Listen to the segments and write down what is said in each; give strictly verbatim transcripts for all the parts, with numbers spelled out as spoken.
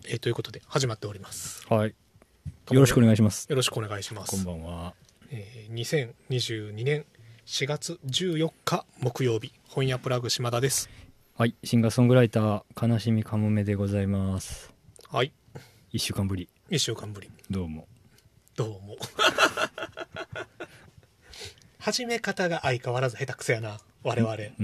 えー、ということで始まっております。 はい。よろしくお願いします。 よろしくお願いします。 こんばんは。 えー、にせんにじゅうにねんしがつじゅうよっか木曜日、本屋プラグ島田です。 はい。シンガーソングライター悲しみかもめでございます。 はい。 いっしゅうかんぶり。 いっしゅうかんぶり。 どうも。 どうも。始め方が相変わらず下手くそやな我々。 うん。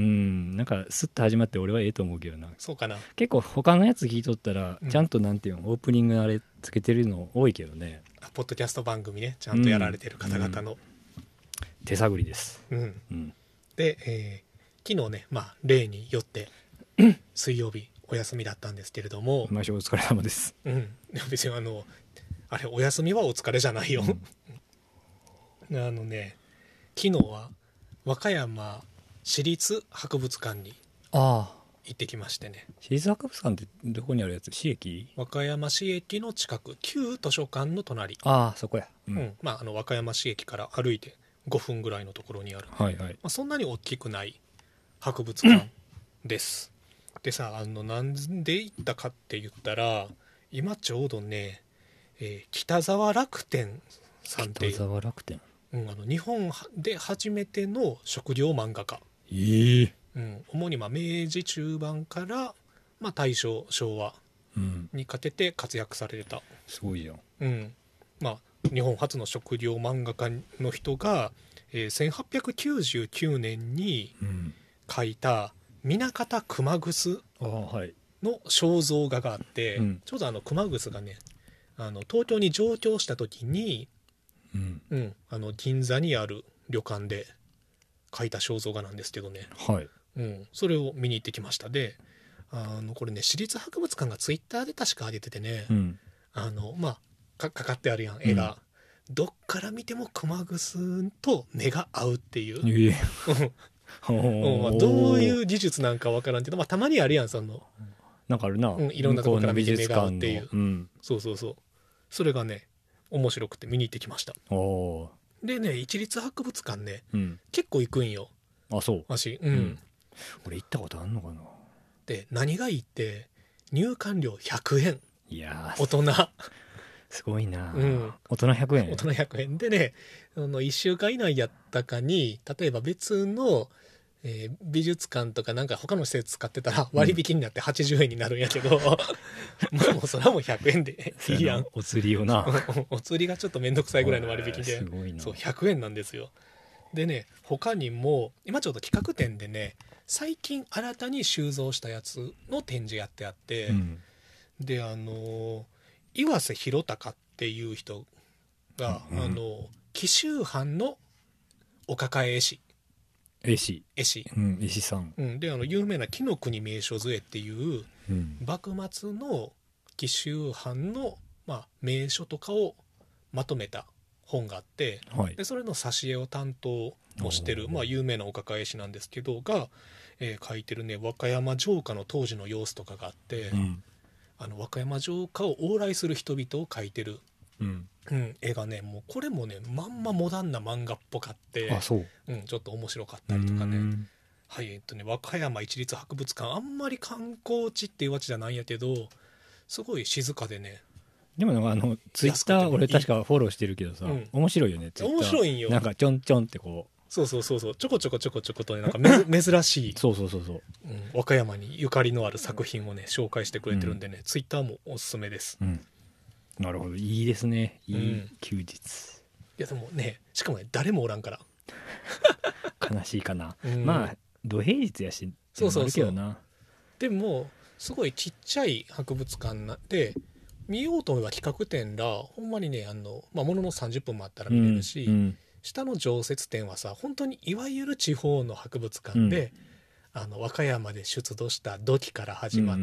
なんかスッと始まって俺はええと思うけどな。 そうかな。 結構他のやつ聞いとったら、 うん、 ちゃんとなんていうのオープニングあれつけてるの多いけどね。 ポッドキャスト番組ね、ちゃんとやられてる方々の、 うんうん、手探りです。 うんうん、 で、えー、昨日ね、まあ例によって水曜日お休みだったんですけれども、 毎週お疲れ様です。 うん。別にあのあれお休みはお疲れじゃないよ。うん、あのね、昨日は和歌山市立博物館に行ってきましてね。 市立博物館ってどこにあるやつ？市駅？ 和歌山市駅の近く、旧図書館の隣。 ああ、そこや。 うん、うん、まああの和歌山市駅から歩いてごふんぐらいのところにある、 はいはい、 まあ、そんなに大きくない博物館です。でさ、あのなんで行ったかって言ったら、今ちょうどね、えー、北沢楽天さんっていう、 北沢楽天、 うん、あの日本で初めての食料漫画家、 えーうん、主にまあ明治中盤から、まあ、大正昭和にかけて活躍されてた、 うん、すごいじゃん、 うんまあ、日本初の食料漫画家の人が、えー、せんはっぴゃくきゅうじゅうきゅうねんに書いた南方熊楠の肖像画があって、うん、ちょうどあの熊楠がね、あの東京に上京した時に、うんうん、あの銀座にある旅館で描いた肖像画なんですけどね、 はいうん、それを見に行ってきました。で、あのこれね、市立博物館がツイッターで確か上げててね、うん、あのまあか, かかってあるやん絵が、うん、どっから見ても熊楠と目が合うっていう、えーまあ、どういう技術なんかわからんけど、まあ、たまにあるやん、そのなんかあるな、 うん、いろんなところから見て目が合うっていう、うん、そうそうそう、それがね面白くて見に行ってきました。おでね、市立博物館ね、うん、結構行くんよ。 あ、そう。 私、うん、うん、 俺行ったことあんのかな。 で、何がいいって入館料ひゃくえん。 いや大人すごいな、うん、大人ひゃくえん。 大人ひゃくえんでね、あのいっしゅうかん以内やったかに、例えば別の、えー、美術館とかなんか他の施設使ってたら割引になってはちじゅうえんになるんやけど、うん、まあもうそれはもうひゃくえんでいいやん。 お釣りをなお釣りがちょっとめんどくさいぐらいの割引で、 すごいな。 そうひゃくえんなんですよ。でね、他にも今ちょうど企画展でね、最近新たに収蔵したやつの展示やってあって、うん、であの岩瀬弘隆っていう人が、うん、あの紀州藩のお抱え絵師絵師絵師、 うん、絵師さん、 うん、であの有名な紀の国名所図会っていう、うん、幕末の紀州藩の、まあ、名所とかをまとめた本があって、はい、でそれの挿絵を担当もしてる、まあ、有名なお抱え絵師なんですけどが、えー、描いてるね和歌山城下の当時の様子とかがあって、うん、あの和歌山城下を往来する人々を描いてる、うんうん、絵がね、もうこれもねまんまモダンな漫画っぽかって、 あ、そう、 うん、ちょっと面白かったりとかね。はい、えっとね和歌山市立博物館、あんまり観光地っていうわけじゃないんやけど、すごい静かでね。 でもなんかあのツイッター俺確かフォローしてるけどさ、うん、面白いよね。 面白いんよ。 なんかちょんちょんってこう、 そうそうそうそう、ちょこちょこちょこちょことね、なんかめ珍しいそうそうそうそう、 うん、和歌山にゆかりのある作品をね紹介してくれてるんでね、うん、ツイッターもおすすめです、うん、 なるほど、いいですね、いい休日、うん、いやでもね、しかもね誰もおらんから悲しいかな、うん、まあ土平日やし、 そうそうそう、でもすごいちっちゃい博物館なんで、見ようと思えば企画展らほんまにね、あの、まあ、もののさんじゅっぷんもあったら見れるし、うんうん、下の常設展はさ、本当にいわゆる地方の博物館で、うん、あの和歌山で出土した土器から始まって、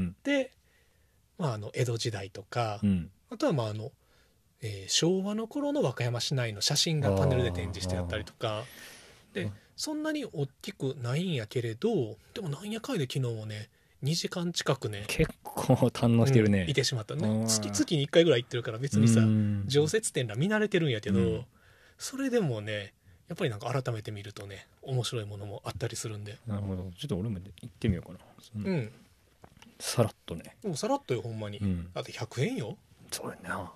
うんうん、まあ、あの江戸時代とか、うん、あとはまああの、えー、昭和の頃の和歌山市内の写真がパネルで展示してあったりとかで、そんなに大きくないんやけれど、でもなんやかんやで昨日もねにじかん近くね、 結構堪能してるね、 うん、いてしまったね。月々にいっかいぐらい行ってるから別にさ常設展ら見慣れてるんやけど、うん、それでもねやっぱりなんか改めて見るとね面白いものもあったりするんで、 なるほど、ちょっと俺も行ってみようかな。 うん、 さらっとね。 もうさらっとよほんまに、 うん、 だってひゃくえんよ。 そうやな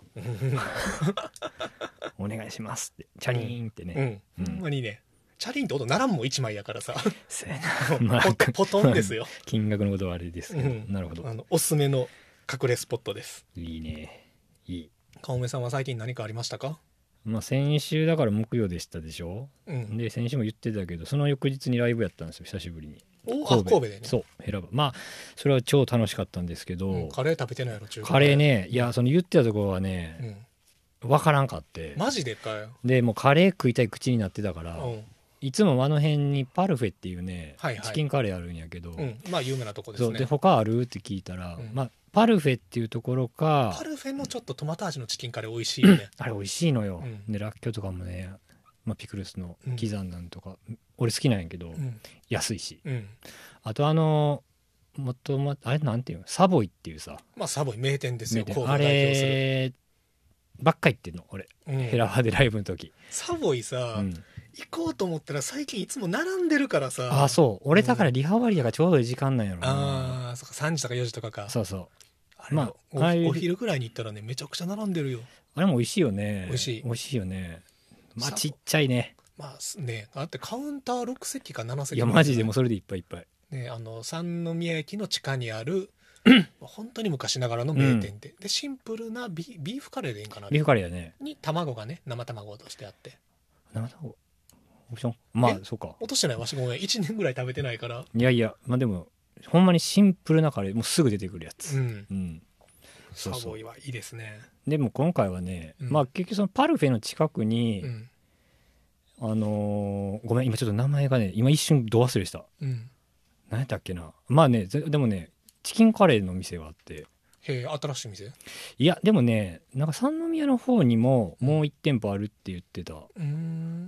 お願いしますってチャリーンってね、 うん、うん、ほんまにねチャリンって音ならんもんいちまいやからさそうやな、まあ、 ポ, ポトンですよ金額のことはあれですけど、うん、なるほど。 あのおすすめの隠れスポットです。 いいね、いい。 かおめさんは最近何かありましたか？ まあ先週だから木曜でしたでしょ、うん、で先週も言ってたけどその翌日にライブやったんですよ久しぶりに。 お神戸、神戸でね。 そうヘラバまあそれは超楽しかったんですけど、うん、 カレー食べてないやろ中華カレーね。いやその言ってたところはね、うん、分からんかって。 マジでかよ。 でもうカレー食いたい口になってたから、うん、いつもあの辺にパルフェっていうね、はいはい、チキンカレーあるんやけど、 うん、まあ有名なとこですね。 そうで他あるって聞いたら、うん、まあパルフェっていうところか。 パルフェのちょっとトマト味のチキンカレー美味しいよね、 うん、あれ美味しいのよ、うん、でラッキョとかもね、まあ、ピクルスの刻んだのとか、うん、俺好きなんやけど、うん、安いし、うん、あとあのもともあれなんていうのサボイっていうさ、 まあサボイ名店ですよ。 あればっか行ってんの俺、うん、ヘラハでライブの時。 サボイさ、うん、行こうと思ったら最近いつも並んでるからさ。 あそう俺だからリハ割りがちょうどいい時間なんやろな、 うん、ああそっかさんじとかよじとかか。 そうそうあれ、まあ、お, お昼ぐらいに行ったらねめちゃくちゃ並んでるよ。 あれも美味しいよね。 美味しい美味しいよね。まあちっちゃいね。 まあねあってカウンターろく席かなな席。 いやマジでもうそれでいっぱいいっぱいね。あの三宮駅の地下にある本当に昔ながらの名店で、うん、でシンプルな ビ, ビーフカレーでいいんかな。 ビーフカレーやね。 に卵がね生卵としてあって。 生卵オプションまあそうか。 落としてないわしごめんいちねんぐらい食べてないから。 いやいやまあでもほんまにシンプルなカレーもうすぐ出てくるやつ。 うん、うんサボイはいいですね。 でも今回はね、うん、まあ結局そのパルフェの近くに、うん、あのー、ごめん今ちょっと名前がね今一瞬ど忘れした、うん、何やったっけな。まあねでもねチキンカレーの店があって。 へえ新しい店。 いやでもねなんか三宮の方にももう一店舗あるって言ってた、うん、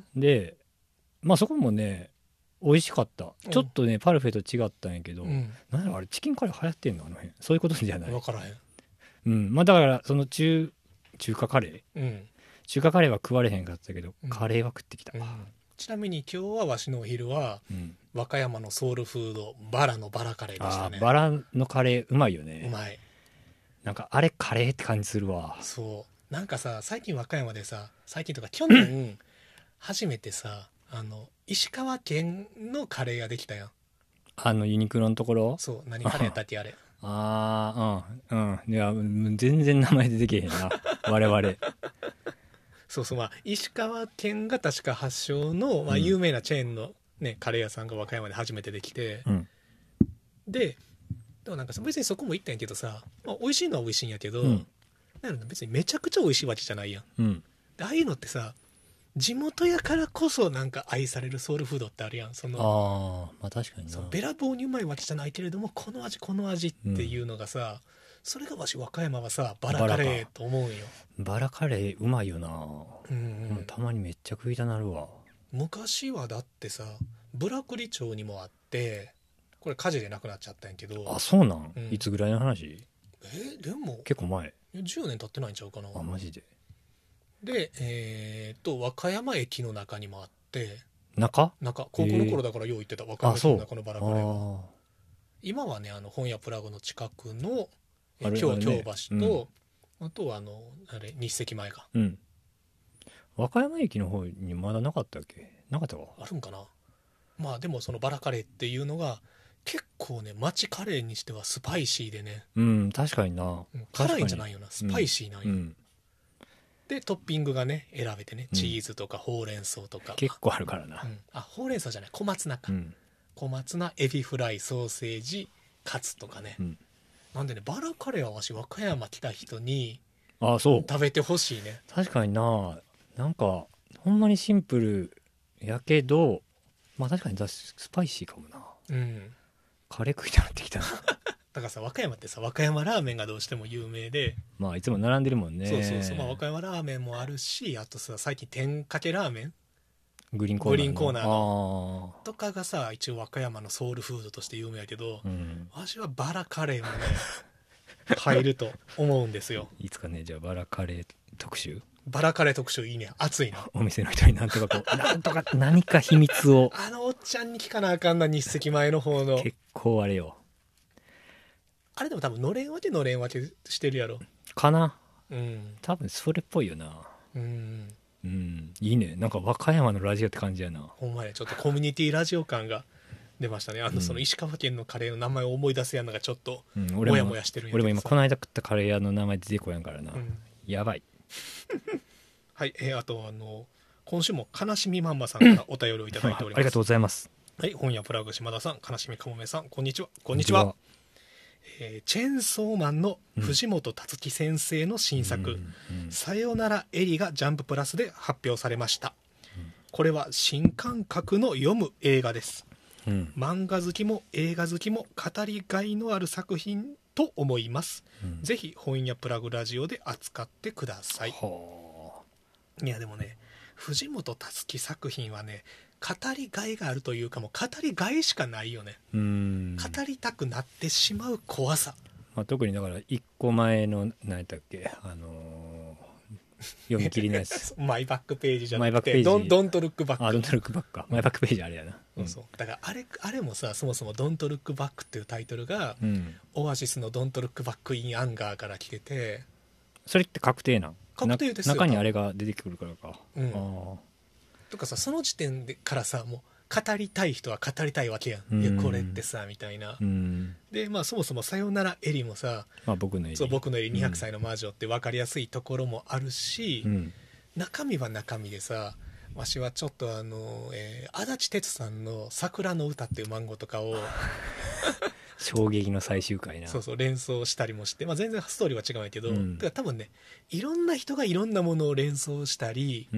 でまあそこもね美味しかった。ちょっとね、うん、パルフェと違ったんやけど、うん、なんやろあれチキンカレー流行ってんのあの辺。そういうことじゃない。 分からへん。 うんまあ、だからその 中, 中華カレー、うん、中華カレーは食われへんかったけど、うん、カレーは食ってきた、うん、 ちなみに今日はわしのお昼は、うん、和歌山のソウルフードバラのバラカレーでしたね。 あバラのカレーうまいよね。 うまい。 なんかあれカレーって感じするわ。 そうなんかさ最近和歌山でさ最近とか去年初めてさあの石川県のカレーができたやん。 あのユニクロのところ。 そう何カレーやったっけあれああうんうんいや全然名前出てけへんな我々 そうそうまあ石川県が確か発祥の、まあ、有名なチェーンの、ね、カレー屋さんが和歌山で初めてできて、うん、ででもなんか別にそこも行ったんやけどさ、まあ、美味しいのは美味しいんやけど、うん、なんか別にめちゃくちゃ美味しいわけじゃないやん、うん、でああいうのってさ地元やからこそなんか愛されるソウルフードってあるやん。そのあまあ確かにな。 そうべらぼうにうまいわけじゃないけれどもこの味この味っていうのがさ、うん、それがわし和歌山はさバラカレーと思うんよ。 バラカレーうまいよな、うんうん、たまにめっちゃ食いたなるわ。 昔はだってさブラクリ町にもあってこれ火事でなくなっちゃったんやけど。 あそうなん、うん、いつぐらいの話。 えでも結構前。 じゅうねん経ってないんちゃうかな。 あマジで。 で、えー、と和歌山駅の中にもあって中中高校の頃だからよう行ってた、和歌山駅の中のバラカレーは。今はねあの本屋プラグの近くの京京橋と、うん、あとはあのあれ日赤前か、うん、 和歌山駅の方にまだなかったっけ。なかったか。 あるんかな。まあでもそのバラカレーっていうのが結構ね町カレーにしてはスパイシーでね。 うん確かにな。 辛いんじゃないよなスパイシーなんよ、うんうんでトッピングがね選べてねチーズとかほうれん草とか、うん、 結構あるからな、 うん、あほうれん草じゃない小松菜か、うん、小松菜エビフライソーセージカツとかね、うん、なんでねバラカレーはわし和歌山来た人にあそう食べてほしいね。 確かにな。なんかほんまにシンプルやけどまあ確かにスパイシーかもな、うん、カレー食いたなってきたなだからさ和歌山ってさ和歌山ラーメンがどうしても有名でまあいつも並んでるもんね。 そうそうそう、まあ、和歌山ラーメンもあるしあとさ最近天かけラーメングリーンコーナーのグリーンコーナーのとかがさ一応和歌山のソウルフードとして有名やけど、うん、私はバラカレーもね入ると思うんですよ。 いつかねじゃあバラカレー特集。 バラカレー特集いいね。熱いな。 お店の人になんとかこうなんとか何か秘密をあのおっちゃんに聞かなあかんな日赤前の方の結構あれよあれでも多分のれん分けのれん分けしてるやろかな。 うん多分それっぽいよな。 うんうん、いいね。なんか和歌山のラジオって感じやな。 ほんまやちょっとコミュニティラジオ感が出ましたね。あのその石川県のカレーの名前を思い出すやんのがちょっとモヤモヤしてるんやけど、 俺も今この間食ったカレー屋の名前出てこやんからな、うん、やばいはい、えー、あとあの今週も悲しみまんまさんからお便りをいただいております、 ありがとうございます。 はい、本屋プラグ島田さん、悲しみかもめさん、こんにちは。こんにちは。えー、チェーンソーマンの藤本つ樹先生の新作、うんうん、さよならエリがジャンププラスで発表されました、うん、これは新感覚の読む映画です、うん、漫画好きも映画好きも語りがいのある作品と思います、うん、ぜひ本屋プラグラジオで扱ってください。いやでもね、藤本つ樹作品はね、語りがいがあるというか、もう語りがいしかないよね。うーん、語りたくなってしまう怖さ、 まあ、特にだからいっこまえの何やったっけ、あのー、読み切りのやつマイバックページじゃなくてドン、ドントルックバック。 あ、ドントルックバックか、マイバックページあれやな、 うん、そうだからあれ、あれもさ、そもそもドントルックバックっていうタイトルが、うん、オアシスのドントルックバックインアンガーから来てて、 それって確定なん？ 確定ですよ。 中にあれが出てくるからか、うん、 あとかさ、その時点でからさ、もう語りたい人は語りたいわけやん、うん、いやこれってさみたいな、うん、でまあそもそもさよならエリもさ、 まあ、僕のエリ、 そう僕のエリにひゃくさいの魔女って分かりやすいところもあるし、うん、中身は中身でさ、わしはちょっとあの、えー、足立哲さんの桜の歌っていう漫画とかを衝撃の最終回な、 そうそう連想したりもして、まあ、全然ストーリーは違うんやけど、うん、だから多分ね、いろんな人がいろんなものを連想したり、うん、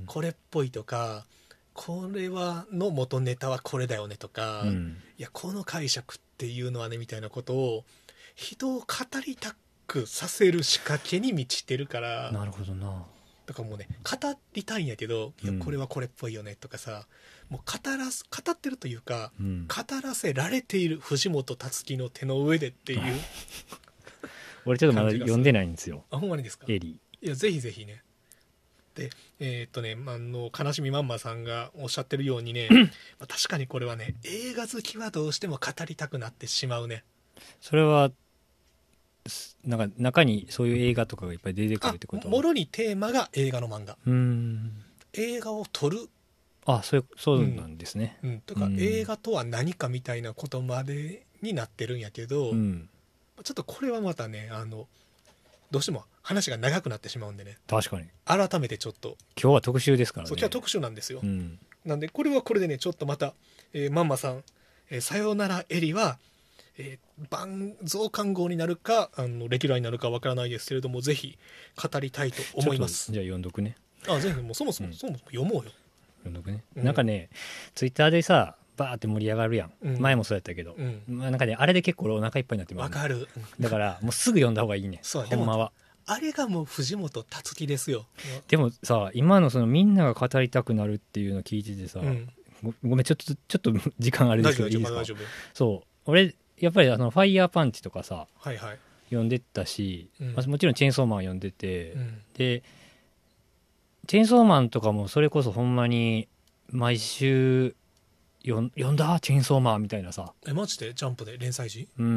これっぽいとか、これはの元ネタはこれだよねとか、うん、いやこの解釈っていうのはねみたいなことを人を語りたくさせる仕掛けに満ちてるから。 なるほどな。 だからもうね、語りたいんやけど、いやこれはこれっぽいよねとかさ、もう語らす語ってるというか、うん、語らせられている藤本つ樹の手の上でっていう俺ちょっとまだ読んでないんですよ。 あ、ほんまにですか。 エリー、いやぜひぜひね。でえー、っとね、あの悲しみまんまさんがおっしゃってるようにねまあ確かにこれはね、映画好きはどうしても語りたくなってしまうね。 それはなんか中にそういう映画とかがいっぱい出てくるってこと？ もろにテーマが映画の漫画。うーん、映画を撮る、 あ、そうそうなんですね、 うんうん、とか、うん、映画とは何かみたいなことまでになってるんやけど、うん、ちょっとこれはまたね、あのどうしても話が長くなってしまうんでね、 確かに改めてちょっと今日は特集ですからね。 そう、今日は特集なんですよ、うん、なんでこれはこれでね、ちょっとまた、えー、まんまさん、えー、さよならエリはえー、番増刊号になるかあのレギュラーになるかわからないですけれども、ぜひ語りたいと思います。 じゃあ読んどくね。 あ、ぜひもうそもそも、うん、そもそも読もうよ。 読んどくね、うん、なんかねツイッターでさバーって盛り上がるやん、うん、前もそうやったけど、うんまあ、なんかねあれで結構お腹いっぱいになってます。 わかる。 だからもうすぐ読んだ方がいいね。 そうほんまはあれがもう藤本つ樹ですよ。 でもさ、今のそのみんなが語りたくなるっていうのを聞いててさ、うん、ご, ごめんちょっとちょっと時間あれですけどいいですか。そう俺やっぱりあのファイヤーパンチとかさ、はいはい、読んでったし、うんまあ、もちろんチェーンソーマン読んでて、うん、でチェーンソーマンとかもそれこそほんまに毎週読んだチェーンソーマンみたいなさ。 えマジでジャンプで連載時、うん、 うん、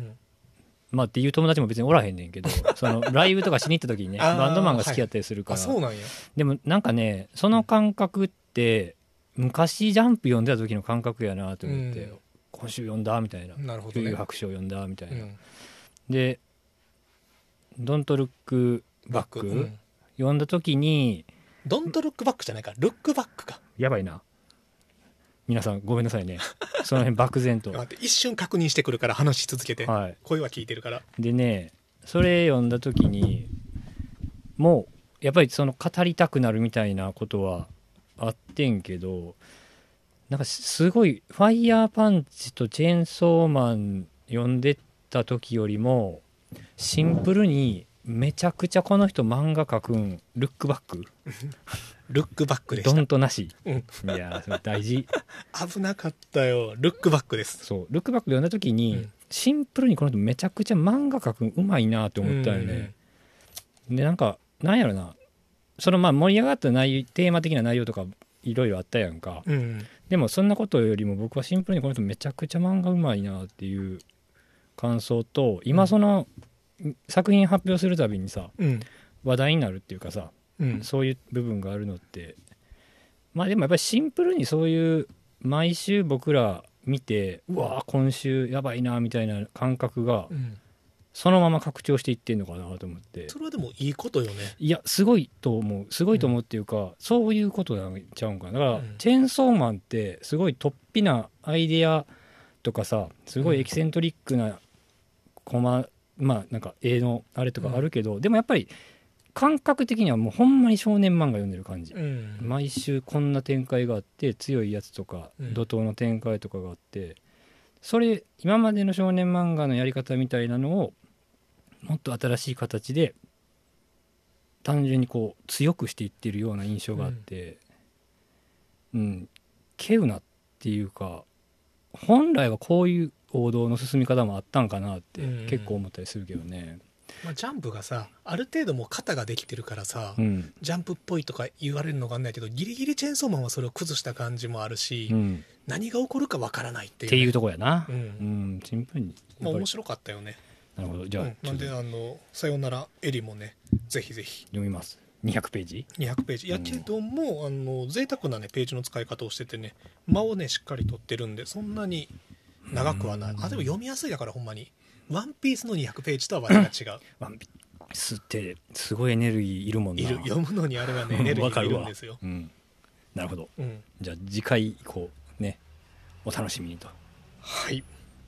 まあっていう友達も別におらへんねんけどそのライブとかしに行った時にねバンドマンが好きだったりするから、 はい、あそうなんや。 でもなんかねその感覚って昔ジャンプ読んでた時の感覚やなと思って、うん今週読んだみたいな、 なるほどね、 悠々白書読んだみたいな、うん、でドントルックバック、うん、読んだ時にドントルックバックじゃないかルックバックか。 やばいな皆さんごめんなさいねその辺漠然と待って一瞬確認してくるから話し続けて、はい、声は聞いてるから。 でねそれ読んだ時にもうやっぱりその語りたくなるみたいなことはあってんけど、なんかすごいファイヤーパンチとチェーンソーマン読んでた時よりもシンプルにめちゃくちゃこの人漫画描くんルックバックルックバックでした。 ドンとなし、 うん、 いやそれ大事危なかったよ。ルックバックです。 そうルックバック読んだ時に、うん、シンプルにこの人めちゃくちゃ漫画描くんうまいなって思ったよね、うんうん、でなんかなんやろなそのまあ盛り上がった内容テーマ的な内容とかいろいろあったやんか、うん、でもそんなことよりも僕はシンプルにこの人めちゃくちゃ漫画うまいなっていう感想と今その作品発表するたびにさ、 うん、 話題になるっていうかさ、うん、そういう部分があるのってまあでもやっぱりシンプルにそういう毎週僕ら見てうわ今週やばいなみたいな感覚がそのまま拡張していってんのかなと思って、 それはでもいいことよね。 いやすごいと思うすごいと思うっていうか、うん、そういうことなんちゃうんかな。だから、うん、チェーンソーマンってすごい突飛なアイデアとかさすごいエキセントリックなコマ、まあなんか絵のあれとかあるけど、うん、でもやっぱり感覚的にはもうほんまに少年漫画読んでる感じ、うん、毎週こんな展開があって強いやつとか、うん、怒涛の展開とかがあってそれ今までの少年漫画のやり方みたいなのをもっと新しい形で単純にこう強くしていってるような印象があって、うん、うん、稀有なっていうか本来はこういう王道の進み方もあったんかなって結構思ったりするけどね、 まあ、ジャンプがさある程度もう型ができてるからさ、うん、ジャンプっぽいとか言われるのがあんないけどギリギリチェーンソーマンはそれを崩した感じもあるし、うん、何が起こるかわからないっていう、 ね、っていうとこやな、 うんうん、 シンプルにまあ面白かったよね。 なるほどじゃあ、うん、 なんであのさよならエリもねぜひぜひ読みます。にひゃくページにひゃくページやけども、うん、あの贅沢なねページの使い方をしててね間をねしっかり取ってるんでそんなに長くはない。あでも読みやすいだからほんまにワンピースのにひゃくページとは割が違うワンピースってすごいエネルギーいるもんな。 いる読むのにあれはねエネルギーいるんですよ、 うん、なるほど、 うん、 じゃあ次回以降ねお楽しみにと。 はい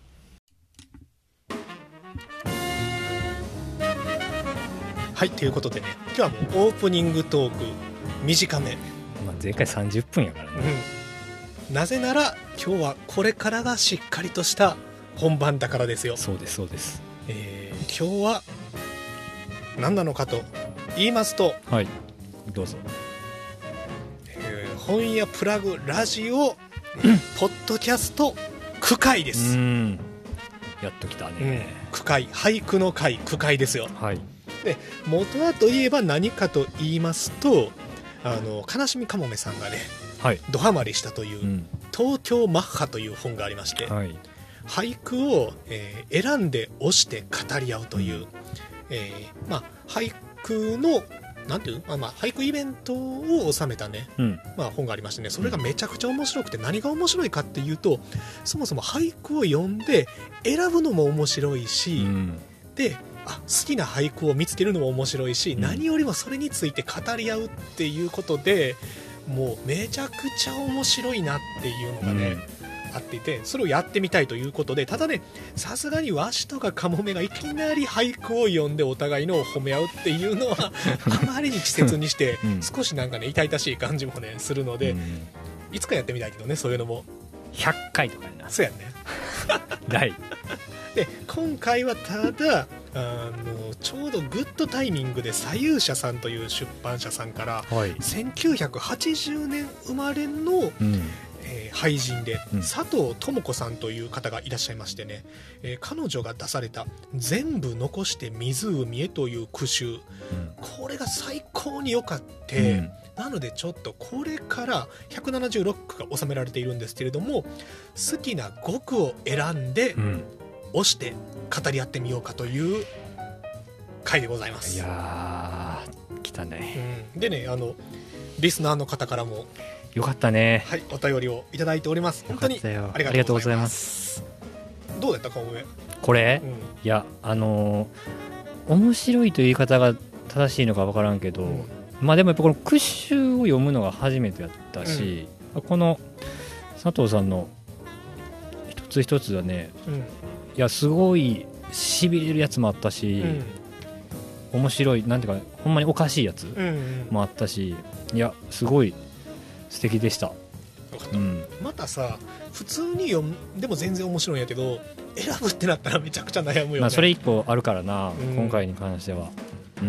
はいということでね今日はもうオープニングトーク短め、 まあ、前回さんじゅっぷんやからね、 うん、なぜなら今日はこれからがしっかりとした本番だからですよ。 そうですそうです、 えー、今日は何なのかと言いますと、 はいどうぞ、 えー、本屋プラグラジオポッドキャスト句会です。 うんやっときたね、 うん、句会俳句の会句会ですよ。 はいで元はといえば何かと言いますとあの悲しみかもめさんがね、はい、ドハマりしたという、うん、東京マッハという本がありまして、はい、俳句を、えー、選んで押して語り合うという、うんえーまあ、俳句のなんていう、まあまあ、俳句イベントを収めたね、うんまあ、本がありましてねそれがめちゃくちゃ面白くて何が面白いかっていうとそもそも俳句を読んで選ぶのも面白いし、うん、であ好きな俳句を見つけるのも面白いし、うん、何よりもそれについて語り合うっていうことでもうめちゃくちゃ面白いなっていうのがね、うん、あっていてそれをやってみたいということでただねさすがにわしとかかもめがいきなり俳句を読んでお互いのを褒め合うっていうのはあまりに稚拙にして、うん、少しなんかね痛々しい感じもねするので、うん、いつかやってみたいけどねそういうのもひゃっかいとかになそうやね大で今回はただあのちょうどグッドタイミングで左右者さんという出版社さんから、はい、せんきゅうひゃくはちじゅうねん生まれの、うんえー、俳人で、うん、佐藤智子さんという方がいらっしゃいましてね、えー、彼女が出された全部残して湖へという句集、うん、これが最高に良かった、うん、なのでちょっとこれからひゃくななじゅうろく句が収められているんですけれども好きなご句を選んで、うん押して語り合ってみようかという回でございます。 いやー来たね、 うん、でねあのリスナーの方からもよかったね、 はい、お便りをいただいております。本当にありがとうございます。どうだったか上これ、うん、いやあのー、面白いという言い方が正しいのか分からんけど、うん、まあでもやっぱこの句集を読むのが初めてやったし、うん、この佐藤さんの一つ一つはね、うんいやすごいしびれるやつもあったし、うん、面白いなんていうかほんまにおかしいやつもあったし、うんうん、いやすごい素敵でした。 うん、またさ普通に読んでも全然面白いんやけど選ぶってなったらめちゃくちゃ悩むよね、 まあ、それ一個あるからな、うん、今回に関しては、うん、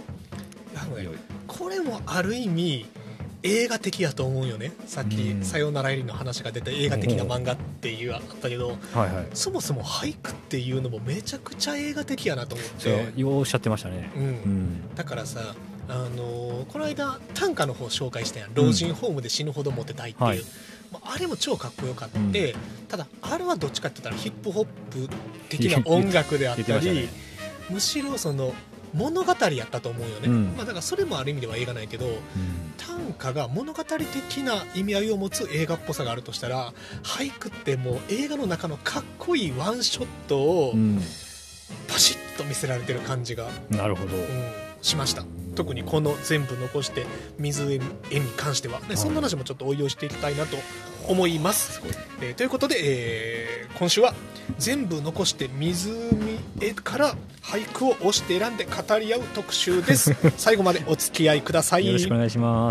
これもある意味映画的やと思うよね。さっき、うん、さよならエリの話が出た映画的な漫画っていうあったけど、はいはい、そもそも俳句っていうのもめちゃくちゃ映画的やなと思って。 ようおっしゃってましたね、 うんうん、だからさあのー、この間短歌の方紹介したやん老人ホームで死ぬほどモテたいっていう、はい、 まあ、あれも超かっこよかった、うん、ただあれはどっちかって言ったらヒップホップ的な音楽であったり、ね、むしろその物語やったと思うよね、うん、まあ、だからそれもある意味では映画ないけど、うん、短歌が物語的な意味合いを持つ映画っぽさがあるとしたら、俳句ってもう映画の中のかっこいいワンショットをパシッと見せられてる感じが、 なるほど、 うん、しました。特にこの全部残して湖絵に関しては、ね、そんな話もちょっと応用していきたいなと思います、えー、ということで、えー、今週は全部残して湖絵から俳句を押して選んで語り合う特集です最後までお付き合いください。 よろしくお願いします。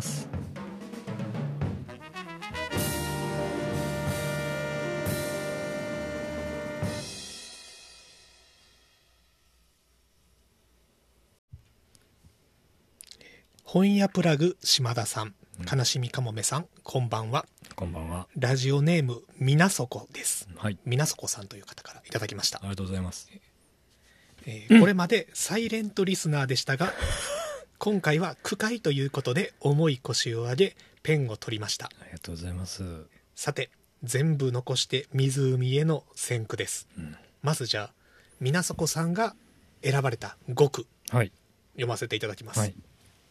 本屋プラグ島田さん、悲しみかもめさん、こんばんは。 こんばんは。 ラジオネームみなそこです、 はい、 みなそこさんという方からいただきました。 ありがとうございます、 えー、これまでサイレントリスナーでしたが今回は句会ということで重い腰を上げペンを取りました。 ありがとうございます。 さて、全部残して湖への選句です、うん、まずじゃあみなそこさんが選ばれたごく、はい、読ませていただきます、はい。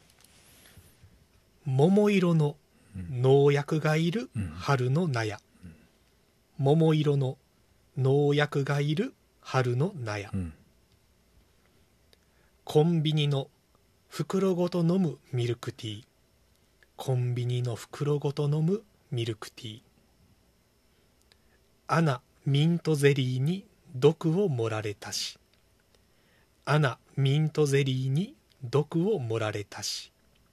桃色の農薬がいる春の納屋、うん、桃色の農薬がいる春の納屋、うん、コンビニの袋ごと飲むミルクティー、コンビニの袋ごと飲むミルクティー、アナミントゼリーに毒を盛られたし、アナミントゼリーに毒を盛られたし、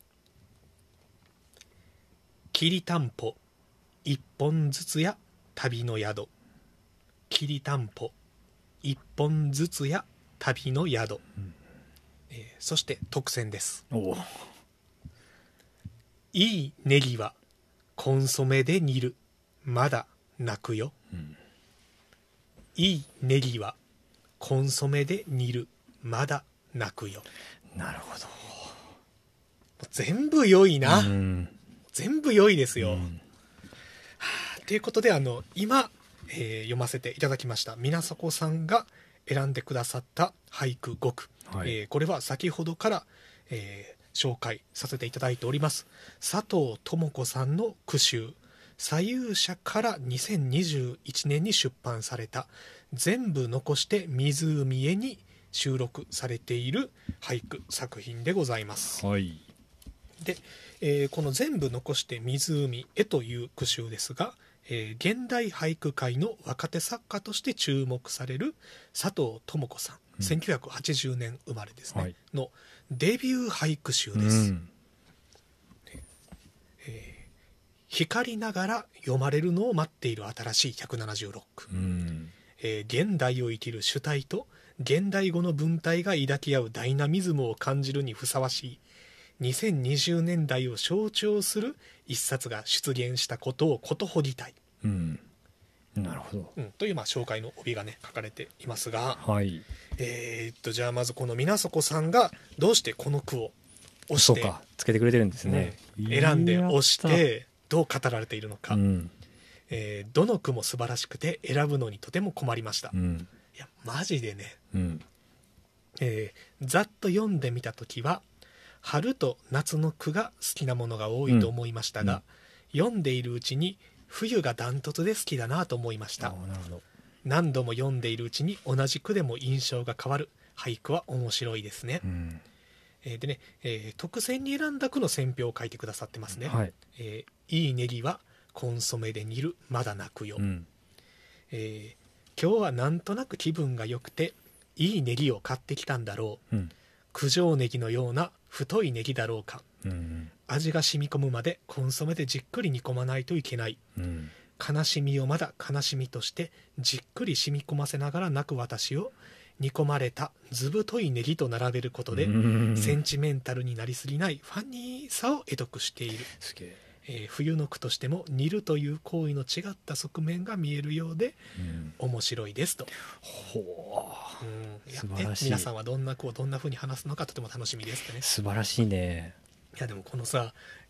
きりたんぽ一本ずつや旅の宿、きりたんぽ一本ずつや旅の宿、うん、えー、そして特選です。おいいネギはコンソメで煮るまだ泣くよ、うん、いいネギはコンソメで煮るまだ泣くよ。 なるほど、 全部良いな、 うん、 全部良いですよ、うん、はあ、ということであの今、えー、読ませていただきましたみなそこさんが選んでくださった俳句ごく、はい、えー、これは先ほどから、えー、紹介させていただいております佐藤智子さんの句集左右者からにせんにじゅういちねんに出版された全部残して湖へに収録されている俳句作品でございます、 はい。 で、えー、この全部残して湖へという句集ですが、えー、現代俳句界の若手作家として注目される佐藤智子さん、うん、せんきゅうひゃくはちじゅうねん生まれですね、はい、のデビュー俳句集です、うん、えー、光りながら読まれるのを待っている新しいひゃくななじゅうろっく、うん、えー、現代を生きる主体と現代語の文体が抱き合うダイナミズムを感じるにふさわしいにせんにじゅうねんだいを象徴する一冊が出現したことをことほぎたい、 うん、なるほど、 うん、というまあ紹介の帯がね書かれていますが、 はい、 えー、っとじゃあまずこのみなそこさんがどうしてこの句を押してそうかつけてくれてるんですね、 うん、選んで押してどう語られているのか、うん、えー、どの句も素晴らしくて選ぶのにとても困りました、うん、いやマジでね、うん、えー、ざっと読んでみたときは春と夏の句が好きなものが多いと思いましたが、うん、読んでいるうちに冬がダントツで好きだなと思いました。 なるほど。 何度も読んでいるうちに同じ句でも印象が変わる俳句は面白いですね、うん、えー、でね、えー、特選に選んだ句の選評を書いてくださってますね、はい、えー、いいネギはコンソメで煮るまだ泣くよ、うん、えー、今日はなんとなく気分が良くていいネギを買ってきたんだろう、うん、九条ネギのような太いネギだろうか、うんうん、味が染み込むまでコンソメでじっくり煮込まないといけない、うん、悲しみをまだ悲しみとしてじっくり染み込ませながら泣く私を煮込まれたずぶといネギと並べることで、うん、センチメンタルになりすぎないファニーさを得得している。 すげえ、 えー、冬の句としても煮るという行為の違った側面が見えるようで、うん、面白いですと。 ほう、 うん、素晴らしい。皆さんはどんな句をどんな風に話すのかとても楽しみですってね。 素晴らしいね。 いやでもこのさ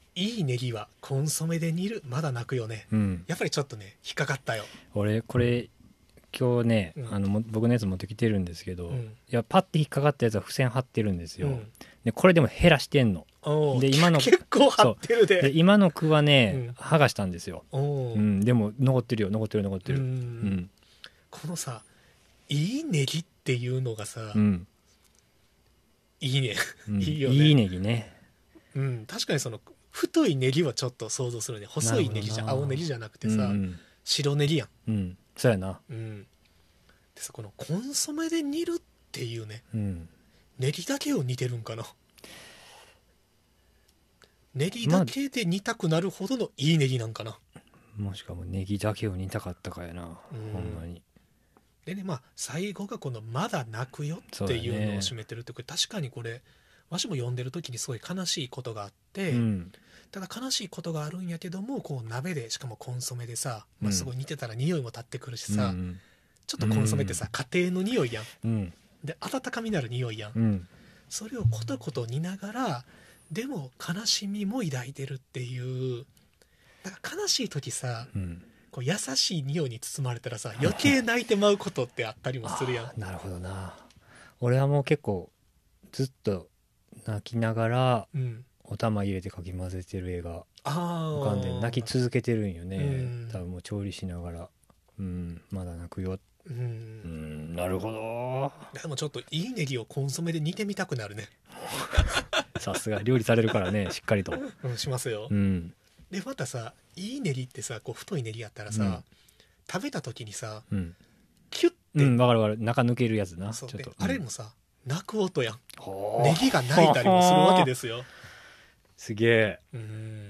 いいネギはコンソメで煮るまだ泣くよね、 うん、 やっぱりちょっとね引っかかったよ。 俺これ今日ね、 うん、 あの僕のやつ持ってきてるんですけど、 うん、 いやパッて引っかかったやつは付箋貼ってるんですよ、 うん、 でこれでも減らしてんので今の結構貼ってる で, で今の句はね、 うん、 剥がしたんですよ、うん、でも残ってるよ残ってる残ってる、うん、うん、 このさいいネギっていうのがさ、 うん、 いいね、 うん、 いいよね、 いいネギね、 うん、確かにその太いネギはちょっと想像するね。細いネギじゃ青ネギじゃなくてさ、うん、白ネギやん、 うん、そうやな、 うん、でさこのコンソメで煮るっていうね、 うん、 ネギだけを煮てるんかな。ネギだけで煮たくなるほどのいいネギなんかな、 ま、もしかもネギだけを煮たかったかやな、うん、ほんまに。 でね、まあ最後がこのまだ泣くよっていうのを占めてるって、これ確かにこれわしも読んでる時にすごい悲しいことがあって、うん、ただ悲しいことがあるんやけども、こう鍋でしかもコンソメでさ、まあ、すごい煮てたら匂いも立ってくるしさ、うん、ちょっとコンソメってさ、うん、家庭の匂いやん、うん、で温かみのある匂いやん、うん、それをことこと煮ながらでも悲しみも抱いてるっていう、だから悲しい時さ、うん、こう優しい匂いに包まれたらさ余計泣いてまうことってあったりもするやん。 なるほどな。俺はもう結構ずっと泣きながら、うん、お玉入れてかき混ぜてる絵が浮かんで泣き続けてるんよね、うん、多分もう調理しながら、うん、まだ泣くよ、うん、うん、なるほど。 でもちょっといいネギをコンソメで煮てみたくなるねさすが料理されるからねしっかりと、 うん、しますよ、うん、でまたさいいネギってさこう太いネギやったらさ、うん、食べた時にさ、うん、キュッて、 うん、分かる分かる、中抜けるやつな。 そうちょっと、あれもさ泣く音やん、ネギが泣いたりもするわけですよ。 すげえ、うん、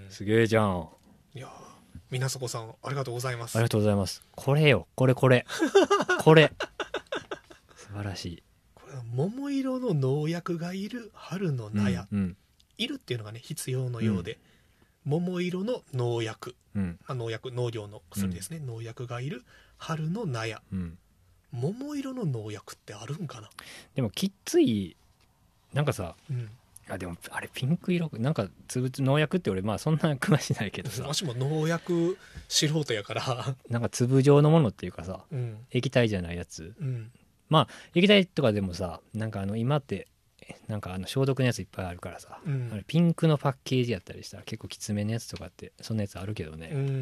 すげえじゃん。 いやみなそこさんありがとうございます。 ありがとうございます。これよこれこれこれ素晴らしい。 これは桃色の農薬がいる春の納屋、うんうん、いるっていうのがね必要のようで、うん、桃色の農薬、うんまあ、農薬農業の薬ですね、うん、農薬がいる春の納屋、うん、桃色の農薬ってあるんかな。 でもきっついなんかさ、うん、あでもあれピンク色なんかつぶつ農薬って俺まあそんな詳しないけどさ、 私も農薬素人やからなんか粒状のものっていうかさ、うん、液体じゃないやつ、うん、まあ液体とかでもさなんかあの今ってなんかあの消毒のやついっぱいあるからさ、うん、あれピンクのパッケージやったりしたら結構きつめのやつとかってそんなやつあるけどね。うん、うん、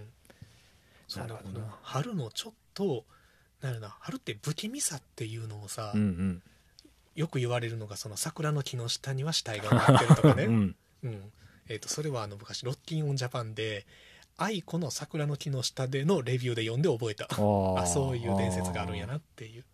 なるほど。春のちょっとなんやろな、春って不気味さっていうのをさ、うんうん、よく言われるのがその桜の木の下には死体が埋まってるとかね、うんうんえー、とそれはあの昔ロッキンオンジャパンで愛子の桜の木の下でのレビューで読んで覚えたあそういう伝説があるんやなっていう。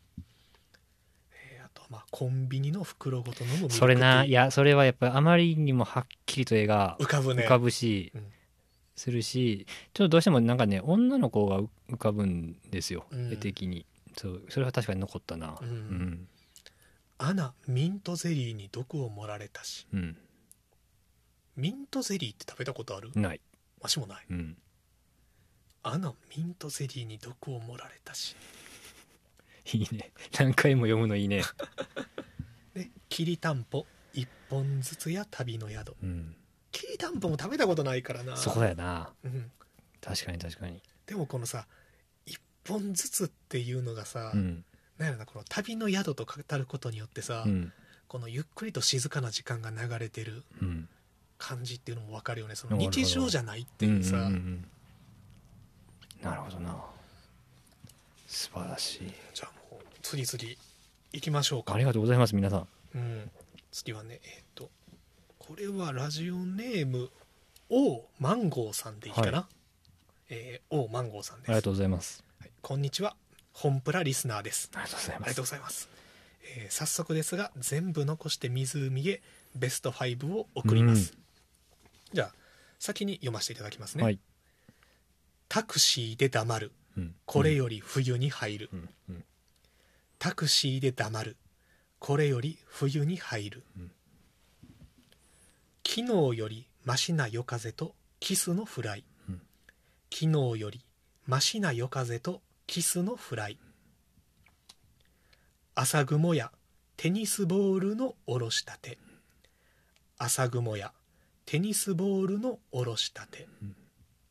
えー、あとまあコンビニの袋ごと飲むミルクティー、 それないやそれはやっぱりあまりにもはっきりと絵が浮かぶね浮かぶし、うんするしちょっとどうしてもなんかね女の子が浮かぶんですよ、うん、絵的に。そうそれは確かに残ったな、うんうん、 アナミントゼリーに毒を盛られたし、うん、ミントゼリーって食べたことある？ ない。 わしもない、うん、アナミントゼリーに毒を盛られたしいいね何回も読むのいいねできりたんぽ一本ずつや旅の宿、うんきりたんぽも食べたことないからな。 そうやな、うん、確かに確かに。 でもこのさ一本ずつっていうのがさ、うん、なんやろなこの旅の宿と語ることによってさ、うん、このゆっくりと静かな時間が流れてる感じっていうのも分かるよね。その日常じゃないっていうさ、うんうんうん、 なるほどな素晴らしい。 じゃあもう次々行きましょうか。 ありがとうございます皆さん、 うん、次はねえっ、ー、とこれはラジオネームオーマンゴーさんでいいかな、はいえー、オーマンゴーさんです。 ありがとうございます、 はい、こんにちは本プラリスナーです。 ありがとうございます。 ありがとうございます、えー、早速ですが全部残して湖へベストファイブを送ります、うん、じゃあ先に読ませていただきますね、はい、タクシーで黙る、うん、これより冬に入る、うんうん、タクシーで黙るこれより冬に入る、うん昨日よりマシな夜風とキスのフライ、うん、昨日よりマシな夜風とキスのフライ、朝雲やテニスボールのおろしたて、朝雲やテニスボールのおろしたて、うん、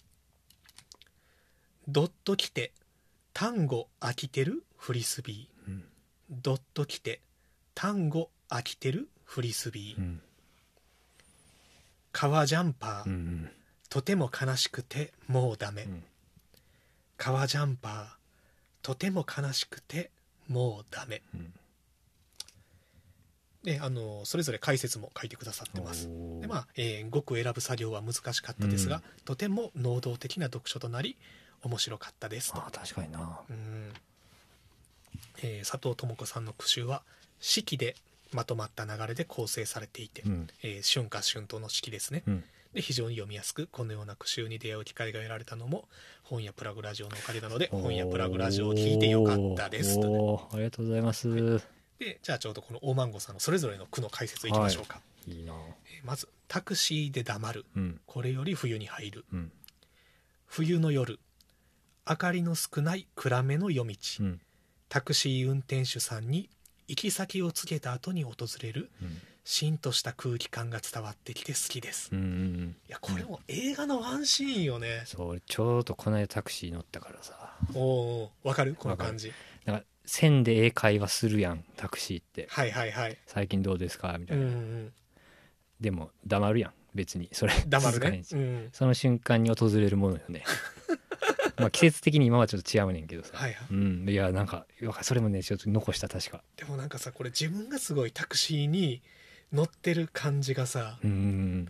ドッときて単語飽きてるフリスビー、うん、ドッときて単語飽きてるフリスビー、うん、革ジャンパー、うん、とても悲しくてもうダメ、うん、革ジャンパーとても悲しくてもうダメ、うん、であのそれぞれ解説も書いてくださってます。で、まあえー、語句選ぶ作業は難しかったですが、うん、とても能動的な読書となり面白かったですと。 あ、確かにな、 うんえー、佐藤智子さんの句集は式でまとまった流れで構成されていて、うんえー、春夏春冬の式ですね、うん、で非常に読みやすく、このような句集に出会う機会が得られたのも本屋プラグラジオのおかげなので、本屋プラグラジオを聞いてよかったですと、ね、 ありがとうございます、 はい、でじゃあちょうどこの大マンゴーさんのそれぞれの句の解説いきましょうか、 はい、いいな、 えー、まずタクシーで黙る、うん、これより冬に入る、うん、冬の夜明かりの少ない暗めの夜道、うん、タクシー運転手さんに行き先を告げた後に訪れる、うん、しんとした空気感が伝わってきて好きです、うんうんうん、いやこれも映画のワンシーンよね、 そうちょうどこの間タクシー乗ったからさ、 おおわかるこの感じ、 なんか線で英会話するやんタクシーって、 はいはいはい、 最近どうですかみたいな、うんうん、でも黙るやん別にそれ黙るね、うん、 その瞬間に訪れるものよねまあ季節的に今はちょっと違うねんけどさ、はいはい、うん、いやなんかそれもねちょっと残した確か。 でもなんかさこれ自分がすごいタクシーに乗ってる感じがさ、うん、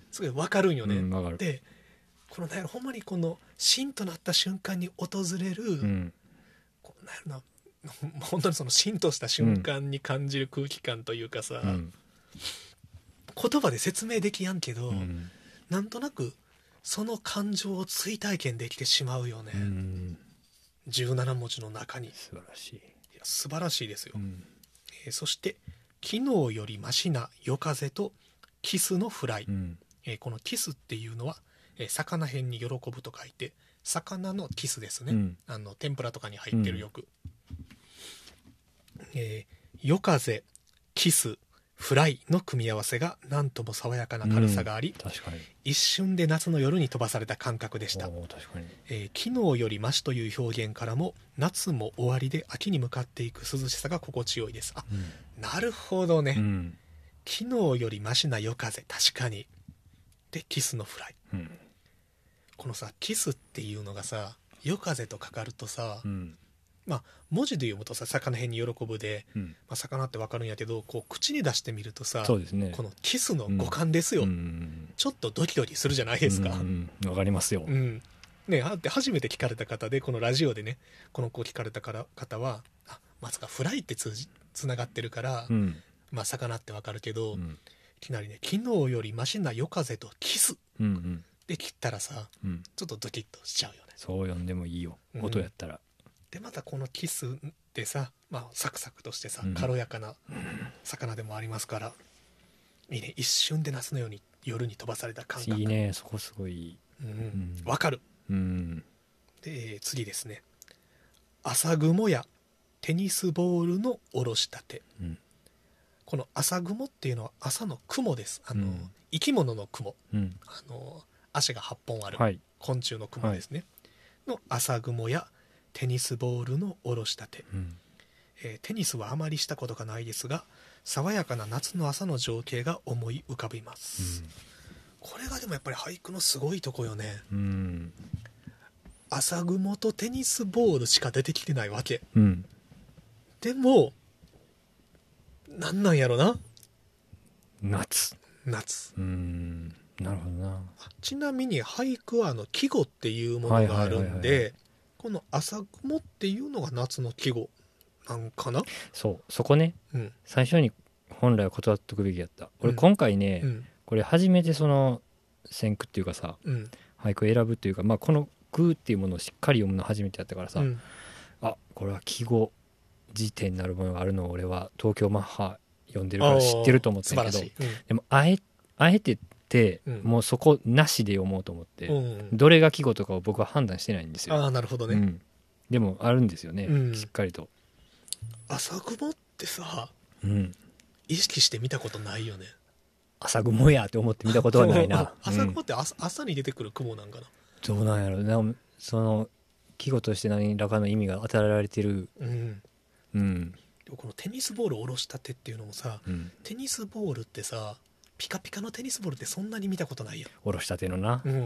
すごい分かるんよね、うん、分かる。でこのなんやろほんまにこのシンとなった瞬間に訪れる、うん、こうなんやろな本当にそのシンとした瞬間に感じる空気感というかさ、うん、言葉で説明できやんけど、うん、なんとなくその感情を追体験できてしまうよね、うん、じゅうなな文字の中に。 素晴らしい。いや素晴らしいですよ、うんえー、そして昨日よりマシな夜風とキスのフライ、うんえー、このキスっていうのは、えー、魚辺に喜ぶと書いて魚のキスですね、うん、あの天ぷらとかに入ってるよく、うんえー、夜風キスフライの組み合わせがなんとも爽やかな軽さがあり、 うん、確かに一瞬で夏の夜に飛ばされた感覚でした。 確かに、 えー、昨日よりマシという表現からも夏も終わりで秋に向かっていく涼しさが心地よいです。あ、うん、なるほどね、うん、昨日よりマシな夜風、確かに。でキスのフライ、うん、このさキスっていうのがさ夜風とかかるとさ、うんまあ、文字で読むとさ魚辺に喜ぶで、うんまあ、魚って分かるんやけどこう口に出してみるとさ、 そうですね、 このキスの五感ですよ、うん、ちょっとドキドキするじゃないですか。 うん、分かりますよ、 うんね、初めて聞かれた方でこのラジオでねこの子聞かれたから方はあまさかフライってつじつながってるから、うんまあ、魚って分かるけど、うん、いきなりね昨日よりマシな夜風とキス、うんうん、で切ったらさ、うん、ちょっとドキッとしちゃうよね。 そう読んでもいいよ音やったら、うんでまたこのキスってさ、まあ、サクサクとしてさ、うん、軽やかな魚でもありますから、うん、いいね一瞬で夏のように夜に飛ばされた感覚。 いいねそこすごいいい、 うんうん、分かる、うん、で次ですね朝雲やテニスボールのおろしたて、うん、この朝雲っていうのは朝の雲です。あの、うん、生き物の雲、うん、あの足がはっぽんある、はい、昆虫の雲ですね、はい、の朝雲やテニスボールのおろしたて、うんえー、テニスはあまりしたことがないですが爽やかな夏の朝の情景が思い浮かびます、うん、これがでもやっぱり俳句のすごいとこよね、うん、朝雲とテニスボールしか出てきてないわけ、うん、でもなんなんやろな夏夏うんなるほどな。 ちなみに俳句はあの季語っていうものがあるんでこの朝雲っていうのが夏の季語なんかな。 そうそこね、うん、最初に本来は断っとくべきやった。俺今回ね、うん、これ初めてその選句っていうかさ、うん、俳句を選ぶっていうか、まあ、この句っていうものをしっかり読むの初めてやったからさ、うん、あこれは季語辞典になるものがあるのを俺は東京マッハ読んでるから知ってると思ってたけど、うん、でもあえあえてってもうそこなしで読もうと思って、うん、どれが季語とかを僕は判断してないんですよ。 ああなるほどね、うん、 でもあるんですよね、うん、しっかりと。 朝雲ってさ、うん、意識して見たことないよね。 朝雲やって思って見たことはないな朝雲って朝、うん、朝に出てくる雲なんかな。 どうなんやろな、その季語として何らかの意味が与えられてる。 うんうん、 でもこのテニスボールを下ろしたてっていうのもさ、うん、テニスボールってさピカピカのテニスボールってそんなに見たことないやん。 下ろしたてのな、うんうんうん、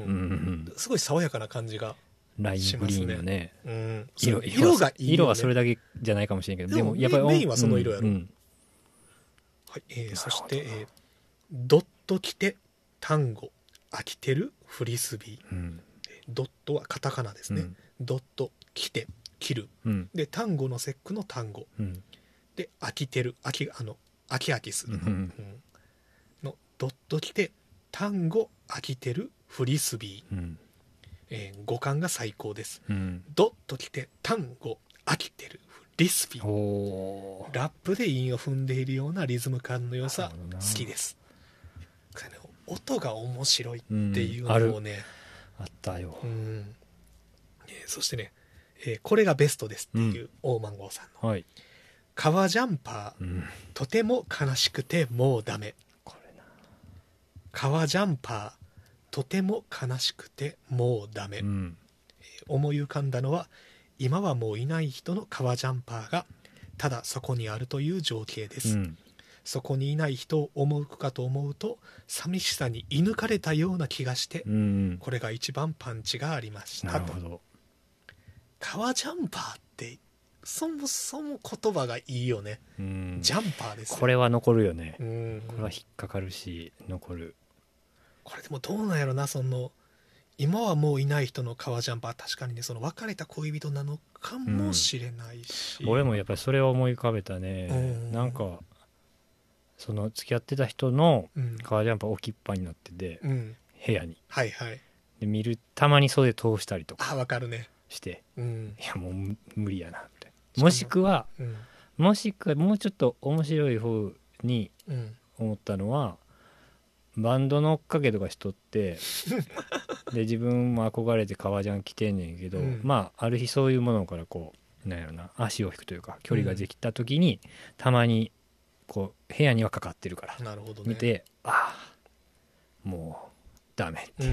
すごい爽やかな感じがライングリーンのね、 うん、 色, 色がいいよね。 色はそれだけじゃないかもしれんけど、 でもやっぱりメインはその色やろ、うんうんはいえー、そして、えー、ドット来て単語飽きてるフリスビー、うん、ドットはカタカナですね、うん、ドット来て切る、うん、で単語の節句の単語、うん、で飽きてる飽きあの飽き飽きするの、うん、のドット来て単語飽きてるフリスビー、うんえー、語感が最高です、うん、ドッと来て単語飽きてるフリスビー、ラップで韻を踏んでいるようなリズム感の良さ好きです。音が面白いっていうのをね、 うん、あ, あったよ、 うんえー、そしてね、えー、これがベストですっていう、うん、大マンゴーさんの、はい、革ジャンパー、うん、とても悲しくてもうダメ。これな、革ジャンパーとても悲しくてもうダメ、うんえー、思い浮かんだのは今はもういない人の革ジャンパーがただそこにあるという情景です、うん、そこにいない人を思うかと思うと寂しさに射抜かれたような気がして、うん、これが一番パンチがありましたと。なるほど。革ジャンパーってそもそも言葉がいいよね、うん、ジャンパーですよ。 これは残るよね、うん、これは引っかかるし残る。 これでもどうなんやろな、その今はもういない人の革ジャンパー、確かにねその別れた恋人なのかもしれないし、 うん、俺もやっぱりそれを思い浮かべたね、うん、なんかその付き合ってた人の革ジャンパー置きっぱになってて、うん、部屋に、 はいはい、 で見る、たまに袖通したりとかあ分かるねして、うん、いやもう無理やなって。もしくは、うん、もしくはもうちょっと面白い方に思ったのは、うん、バンドの追っかけとかしとってで自分も憧れて革ジャン着てんねんけど、うん、まあある日そういうものからこうなんやろな、足を引くというか距離ができた時に、うん、たまにこう部屋にはかかってるから、 なるほどね、 見て、ああもうダメって、うん、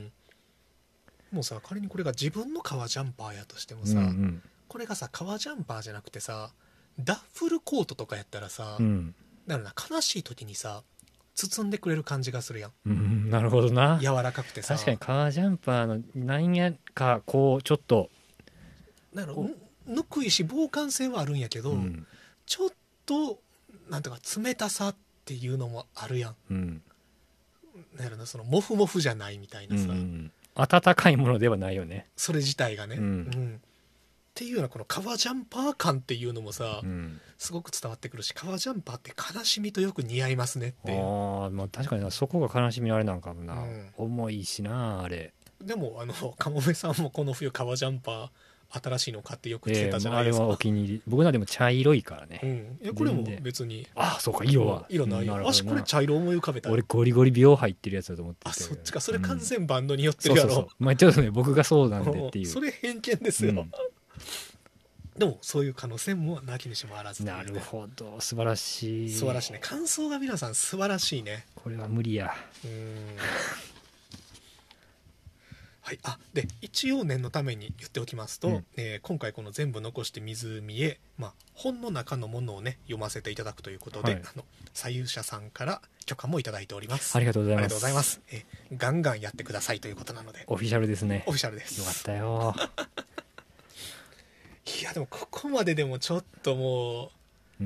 もうさ仮にこれが自分の革ジャンパーやとしてもさ、うんうん、これがさ革ジャンパーじゃなくてさダッフルコートとかやったらさ、うん、だからな悲しい時にさ包んでくれる感じがするやん、 うん、なるほどな。 柔らかくてさ、 確かに革ジャンパーのなんやかこうちょっとだからぬくいし防寒性はあるんやけど、うん、ちょっとなんとか冷たさっていうのもあるやん、うん、なんやろな、そのモフモフじゃないみたいなさ、うん、 温かいものではないよねそれ自体がね、うんうん、っていうようなこの革ジャンパー感っていうのもさ、うん、すごく伝わってくるし、革ジャンパーって悲しみとよく似合いますねっていう。 あ、まあ、確かにな、そこが悲しみのあれなんかもな、うん、重いしなあれ。 でもあのかもめさんもこの冬革ジャンパー新しいの買ってよく着てたじゃないですか、 えー、あれはお気に入り。僕らでも茶色いからね、 うん、いやこれも別に、 ああそうか、色は色ないよ、うん、私これ茶色思い浮かべた。 俺ゴリゴリ秒入ってるやつだと思ってて。 あ、そっちか、それ完全バンドによってるやろ、うん、そうそうそう、 まあ、ちょっとね僕がそうなんでっていうそれ偏見ですよ、うん、でもそういう可能性もなきにしもあらず、ね、 なるほど、素晴らしい、 素晴らしいね、感想が皆さん素晴らしいね。 これは無理や。うーんはい、あで一応念のために言っておきますと、うん、えー、今回この全部残して湖へ、まあ、本の中のものをね読ませていただくということで、はい、あの左右者さんから許可もいただいております。 ありがとうございます。 ありがとうございます、えー、ガンガンやってくださいということなので。 オフィシャルですね。 オフィシャルです。 よかったよいやでもここまででもちょっともう、うん、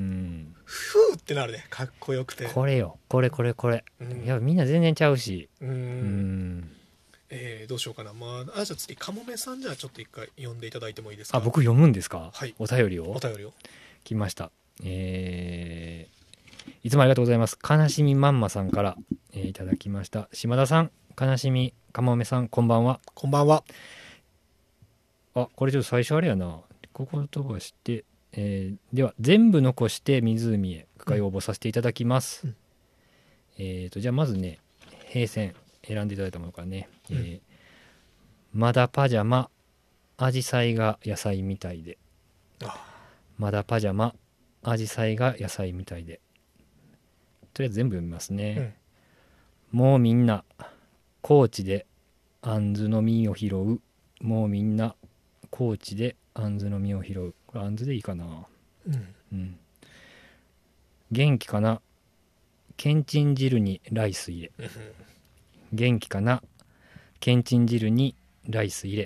ふーってなるね、かっこよくて。 これよ、これこれこれ、うん、いやみんな全然ちゃうし、うん、うん、えー、どうしようかな、まあ、あじゃあ次かもめさん、じゃあちょっと一回読んでいただいてもいいですか。 あ、僕読むんですか。 はい、 お便りをお便りを来ました。えー、いつもありがとうございます。悲しみまんまさんから、えー、いただきました。島田さん、悲しみかもめさん、こんばんは。 こんばんは。 あ、これちょっと最初あれやな、ここ飛ばして、えー、では全部残して湖へ句会応募させていただきます、うん、えーとじゃあまずね、平線選んでいただいたものからね、うん、えー、まだパジャマアジサイが野菜みたいで、まだパジャマアジサイが野菜みたいで、とりあえず全部読みますね、 もうみんな高知であんずの実を拾う。もうみんな高知であんずの実を拾う。これあんずでいいかな。 うん、 うん、元気かな。けんちん汁にライス入れ。元気かな。けんちん汁にライス入れ。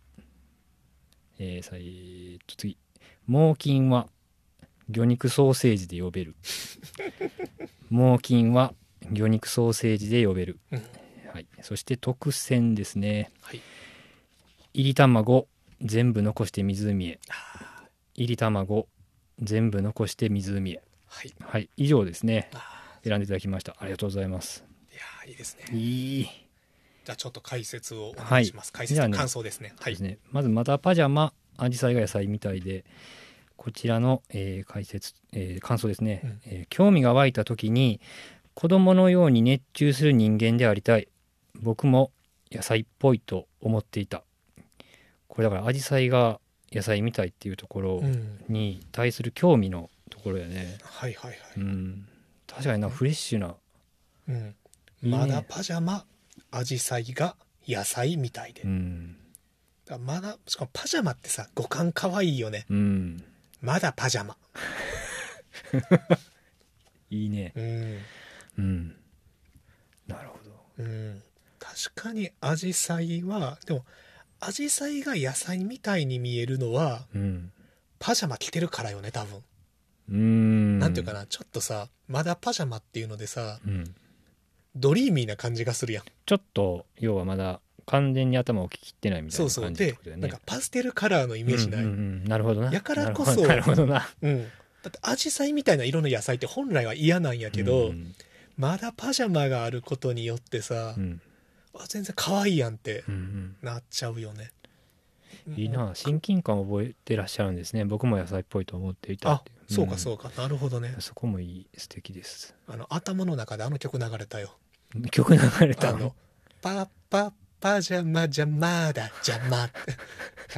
えー、さえー、っと次。猛禽は魚肉ソーセージで呼べる。猛禽は魚肉ソーセージで呼べる。 うん、 はい、そして特選ですね。 はい、 いり卵全部残して湖へ。いり卵全部残して湖へ。 はい、 はい、以上ですね。選んでいただきました。ありがとうございます。 いやーいいですね。 いい。 じゃあちょっと解説をお願いします。 はい、 解説と感想ですね。はい。 ですね。まずまだパジャマアジサイが野菜みたいで、こちらの、えー解説、えー感想ですね、 うんえー興味が湧いた時に子供のように熱中する人間でありたい。僕も野菜っぽいと思っていた。これだからアジサイが野菜みたいっていうところうんに対する興味のところやね。 はいはいはい。 うん、確かにな、フレッシュな。 うんいいねまだパジャマアジサイが野菜みたいで、 うん、 だからまだしかもパジャマってさ語感かわいいよね。 うん、 まだパジャマ。 いいね。 うんうん、なるほど。 うん確かにアジサイはでもアジサイが野菜みたいに見えるのはうん、 パジャマ着てるからよね多分。 うーん、 なんていうかなちょっとさまだパジャマっていうのでさうん、 ドリーミーな感じがするやん。 ちょっと要はまだ完全に頭をきってないみたいなそうそうで感じってことだよね。 なんかパステルカラーのイメージない、 うんうんうん、なるほどな。 やからこそなるほどな。 うん、だってアジサイみたいな色の野菜って本来は嫌なんやけど、 うんまだパジャマがあることによってさ、 うんあ全然可愛いやんってうんなっちゃうよね。 うん、いいな、親近感を覚えてらっしゃるんですね。僕も野菜っぽいと思っていたあっていう。 そうかそうか、なるほどね。 そこもいい、素敵です。 あの頭の中であの曲流れたよ。 曲流れたのあのパパパジャマジャマだジャマって、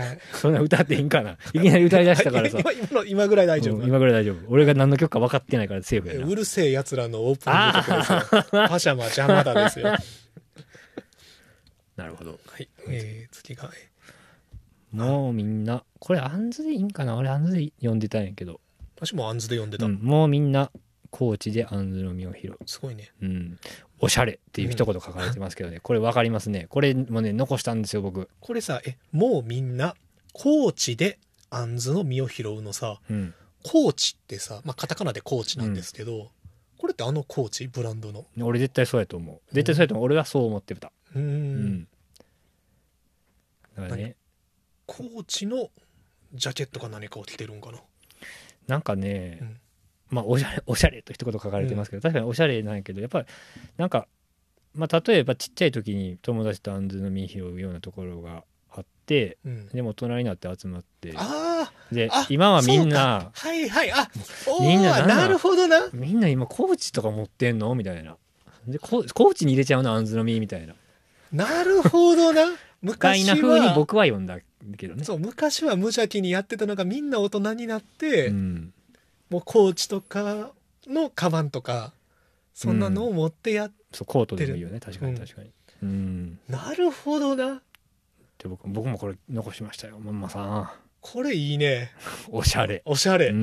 はい、 そんな歌っていいんかな。いきなり歌い出したからさ。 今今の今ぐらい大丈夫、 うん今ぐらい大丈夫。俺が何の曲か分かってないからセーフやな。 うるせえやつらのオープニング曲ですよ。パジャマジャマだですよ。はなるほど。 い、えー、次がもうみんな、これアンズでいいんかな。俺アンズで読んでたんやけど。 私もアンズで読んでた、 うん、もうみんな高知でアンズの実を拾う。 すごいね。 うん、おしゃれっていう一言書かれてますけどね、これ分かりますね。これもね残したんですよ僕。 これさえもうみんな高知でアンズの実を拾うのさ、 うん、 高知ってさ、まあ、カタカナで高知なんですけど、うん、これってあの高知ブランドの。 俺絶対そうやと思う。絶対そうやと思う。俺はそう思ってた。 うん、うん、 だからね、 高知のジャケットか何かを着てるんかな。 なんかね、 うん、 まあおしゃれおしゃれと一言書かれてますけど、うん、確かにおしゃれなんやけど、やっぱりなんか、まあ、例えばちっちゃい時に友達とアンズの実拾うようなところがあって、うん、でも大人になって集まって、 あで今はみんなはいはいあみんななるほどな、 みんな今高知とか持ってんのみたいな。で高知に入れちゃうのアンズの実みたいな。 なるほどな。 昔は不快な風に僕は読んだけどね。 そう昔は無邪気にやってたのがみんな大人になって、うん、もうコーチとかのカバンとかそんなのを持ってやってる、うん、 そうコートでもいいよね。確かに確かに、うんうん、 なるほどな。 で 僕, 僕もこれ残しましたよ。まんまさんこれいいね。 おしゃれおしゃれ、 うん、 うん、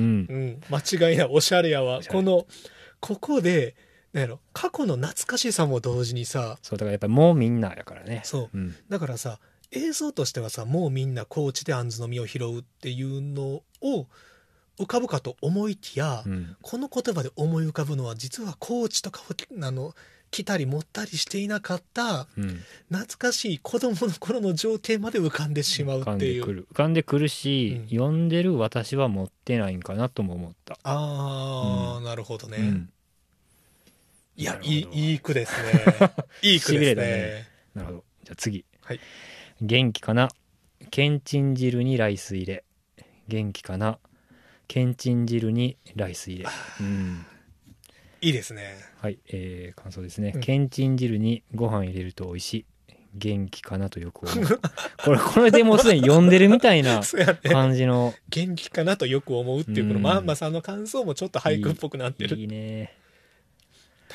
間違いないおしゃれやわ。このここでなんやろ過去の懐かしさも同時にさ、 そうだからやっぱりもうみんなやからね。 そう、 うん、 だからさ映像としてはさもうみんな高知でアンズの実を拾うっていうのを浮かぶかと思いきや、うん、この言葉で思い浮かぶのは実は高知とかをあの来たり持ったりしていなかった、うん、懐かしい子供の頃の情景まで浮かんでしまうっていう。 浮かんでくる浮かんでくるし、うん、読んでる私は持ってないんかなとも思った。 あー、うん、なるほどね、うん、いやいいいい句ですね。いい句ですね。ねなるほど。じゃあ次、 はい、 元気かなけんちん汁にライス入れ。元気かなけんちん汁にライス入れ、うん、 いいですね。 はい、えー、感想ですね、うん、けんちん汁にご飯入れると美味しい。元気かなとよく思う。これこれでもうすでに読んでるみたいな感じの、ね、 元気かなとよく思うっていう、このまんまさんの感想もちょっと俳句っぽくなってる。 いいね。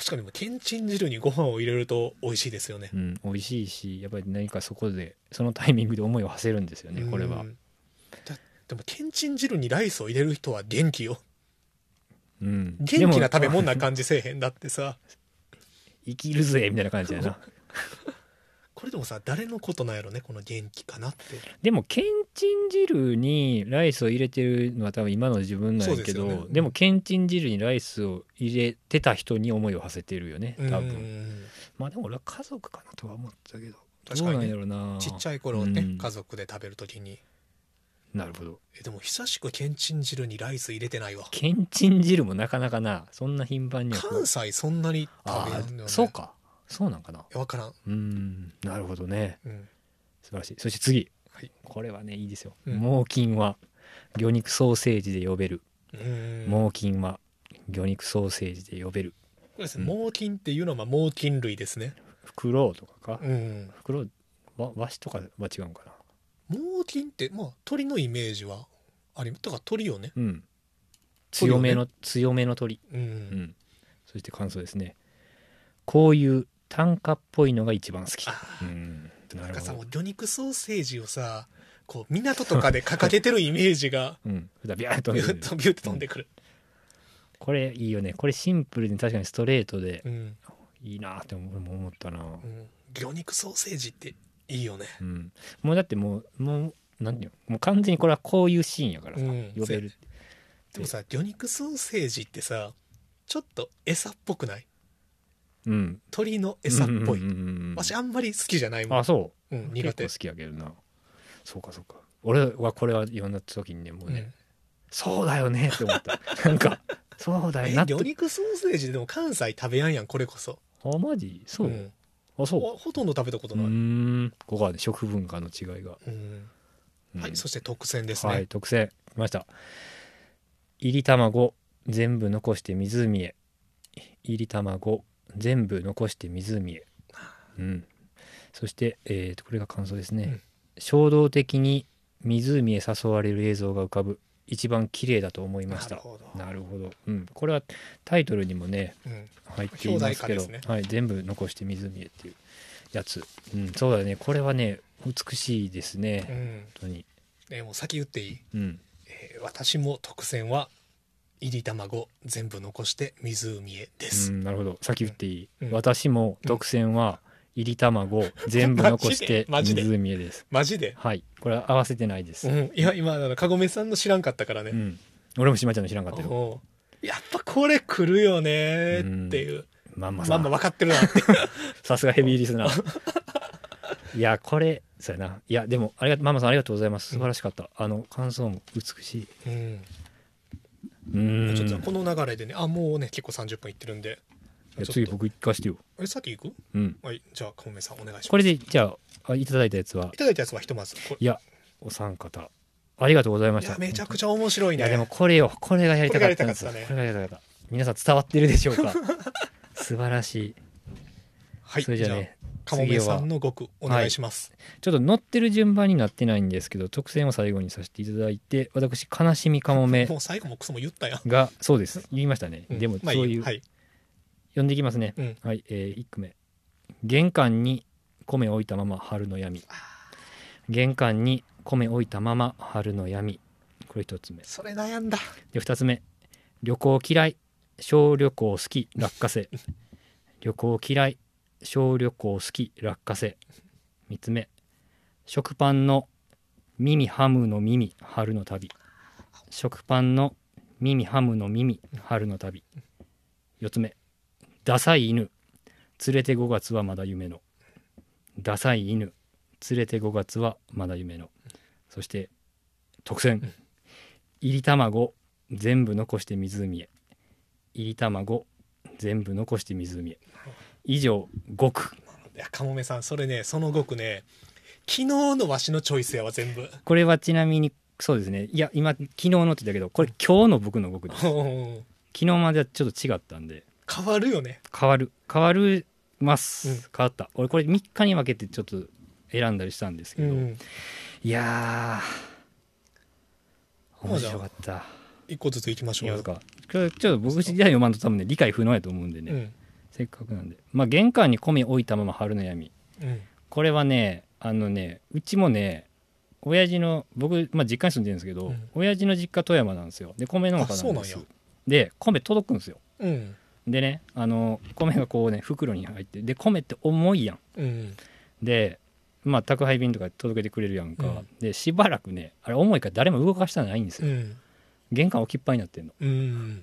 確かにけんちん汁にご飯を入れると美味しいですよね。 うん、美味しいしやっぱり何かそこでそのタイミングで思いを馳せるんですよねこれは。 だでもけんちん汁にライスを入れる人は元気よ、 うん、 元気な食べ物な感じせえへんだってさ生きるぜみたいな感じやなこれでもさ誰のことなんやろねこの元気かなって。 でもけんちん汁にライスを入れてるのは多分今の自分なんやけど で,、ね、でもけんちん汁にライスを入れてた人に思いを馳せてるよね多分。まあでも俺は家族かなとは思ったけど確かに、ね、 どうなんやろなちっちゃい頃ね、うん、家族で食べるときに。 なるほど。 えでも久しくけんちん汁にライス入れてないわ。 けんちん汁もなかなかなそんな頻繁には関西そんなに食べるんだよね。 そうかそうなんかな。 分からん。 うんなるほどね、うん、素晴らしい。そして次、はい、これはねいいですよ、うん、猛禽は魚肉ソーセージで呼べる。猛禽は魚肉ソーセージで呼べる。 猛禽っていうのは猛禽類ですね。 フクロウとかか、 うん、 フクロウわワシとかは違うのかな。 猛禽ってまあ鳥のイメージはありだから鳥よね、 うん、強めの、ね、強めの鳥、 うんうん、 そして感想ですね。こういう単価っぽいのが一番好き。うん、 なんかさもう魚肉ソーセージをさこう港とかで掲げてるイメージがうん、ビューッとビューッと飛んでくる、うん、 これいいよね。これシンプルに確かにストレートで、 うん、 いいなって思ったな、うん、 魚肉ソーセージっていいよね、 うん、もうだってもうもう何ていうのもう完全にこれはこういうシーンやからさ、うん、呼べる。 でもさ魚肉ソーセージってさちょっと餌っぽくない？ うん、 鳥の餌っぽい、うんうんうんうん、私あんまり好きじゃないもん。 あそう、 うん、苦手。 結構好きやけどな。そうかそうか。俺はこれは読んだ時にねもうね、うん、そうだよねって思ったなんかそうだよなって。 魚肉ソーセージでも関西食べやんやんこれこそ。 あマジそう、うん、あそうほとんど食べたことない。 うーんここは、ね、食文化の違いが、 うんうん、はい。そして特選ですね。 はい特選来ました。入り卵全部残して湖へ。入り卵全部残して湖へ、うん、そして、えー、とこれが感想ですね、うん、衝動的に湖へ誘われる映像が浮かぶ。一番綺麗だと思いました。なるほど、なるほど、うん、これはタイトルにもね、うん、入っていますけど、ねはい、全部残して湖へっていうやつ、うん、そうだねこれはね美しいですね、うん、本当に、 えー、もう先言っていい、 うんえー、私も特選は入り卵全部残して湖へです、 うん、なるほど先言っていい、うん、私も特選は入り卵全部残して湖へです。 マジではいこれは合わせてないです、 うん、いや今かごめさんの知らんかったからね、うん、 俺もしまちゃんの知らんかったよ。 やっぱこれ来るよねっていう、うん、 まんまさんまんま分かってるなってさすがヘビーリスナーいやこれそうやないやでもありがママさんありがとうございます。素晴らしかった、うん、あの感想も美しい。うんうんちょっとこの流れでねあもうね結構さんじゅっぷんいってるんでいや次僕行かしてよ。 えさっき行く？ うんはいじゃあかもめさんお願いします。 これでじゃあいただいたやつはいただいたやつはひとまずいやお三方ありがとうございました。 いやめちゃくちゃ面白いね。 いやでもこれよこれがやりたかったんですよ。これがやりたかった、ね、皆さん伝わってるでしょうか素晴らしい。 はいそれじゃあねかもめさんのご句お願いします、 はい、ちょっと載ってる順番になってないんですけど特選を最後にさせていただいて私悲しみかもめもう最後もクソも言ったやんがそうです言いましたね、うん、でもそういう、 まあいい、はい、 読んでいきますね、うん、はい、えー、いっ句目玄関に米置いたまま春の闇。玄関に米置いたまま春の闇これ一つ目。 それ悩んだ。 で二つ目旅行嫌い小旅行好き落花生旅行嫌い小旅行好き落花生。みっつめ食パンの耳ハムの耳春の旅。食パンの耳ハムの耳春の旅。よっつめダサい犬連れてごがつはまだ夢の。ダサい犬連れてごがつはまだ夢の。そして特選入り卵全部残して湖へ。入り卵全部残して湖へ。以上ご句。 いやかもめさんそれねそのご句ね昨日のわしのチョイスやわ全部。 これはちなみにそうですねいや今昨日のって言ったけどこれ今日の僕のご句です。昨日まではちょっと違ったんで変わるよね。 変わる変わるます、うん、変わった。俺これみっかに分けてちょっと選んだりしたんですけど、うん、いやー面白かった。 一個ずついきましょうよ。 かちょっと僕自体読まんと多分ね理解不能やと思うんでね、うん、 せっかくなんで、まあ、玄関に米置いたまま春の闇、 うん、 これはねあのねうちもね親父の僕、まあ、実家に住んでるんですけど、うん、親父の実家富山なんですよ。で米農家なんです。で米届くんですよ、うん、でねあの米がこうね袋に入ってで米って重いやん、うん、でまあ宅配便とか届けてくれるやんか、うん、でしばらくねあれ重いから誰も動かしたないんですよ、うん、玄関置きっぱいになってんの、うん、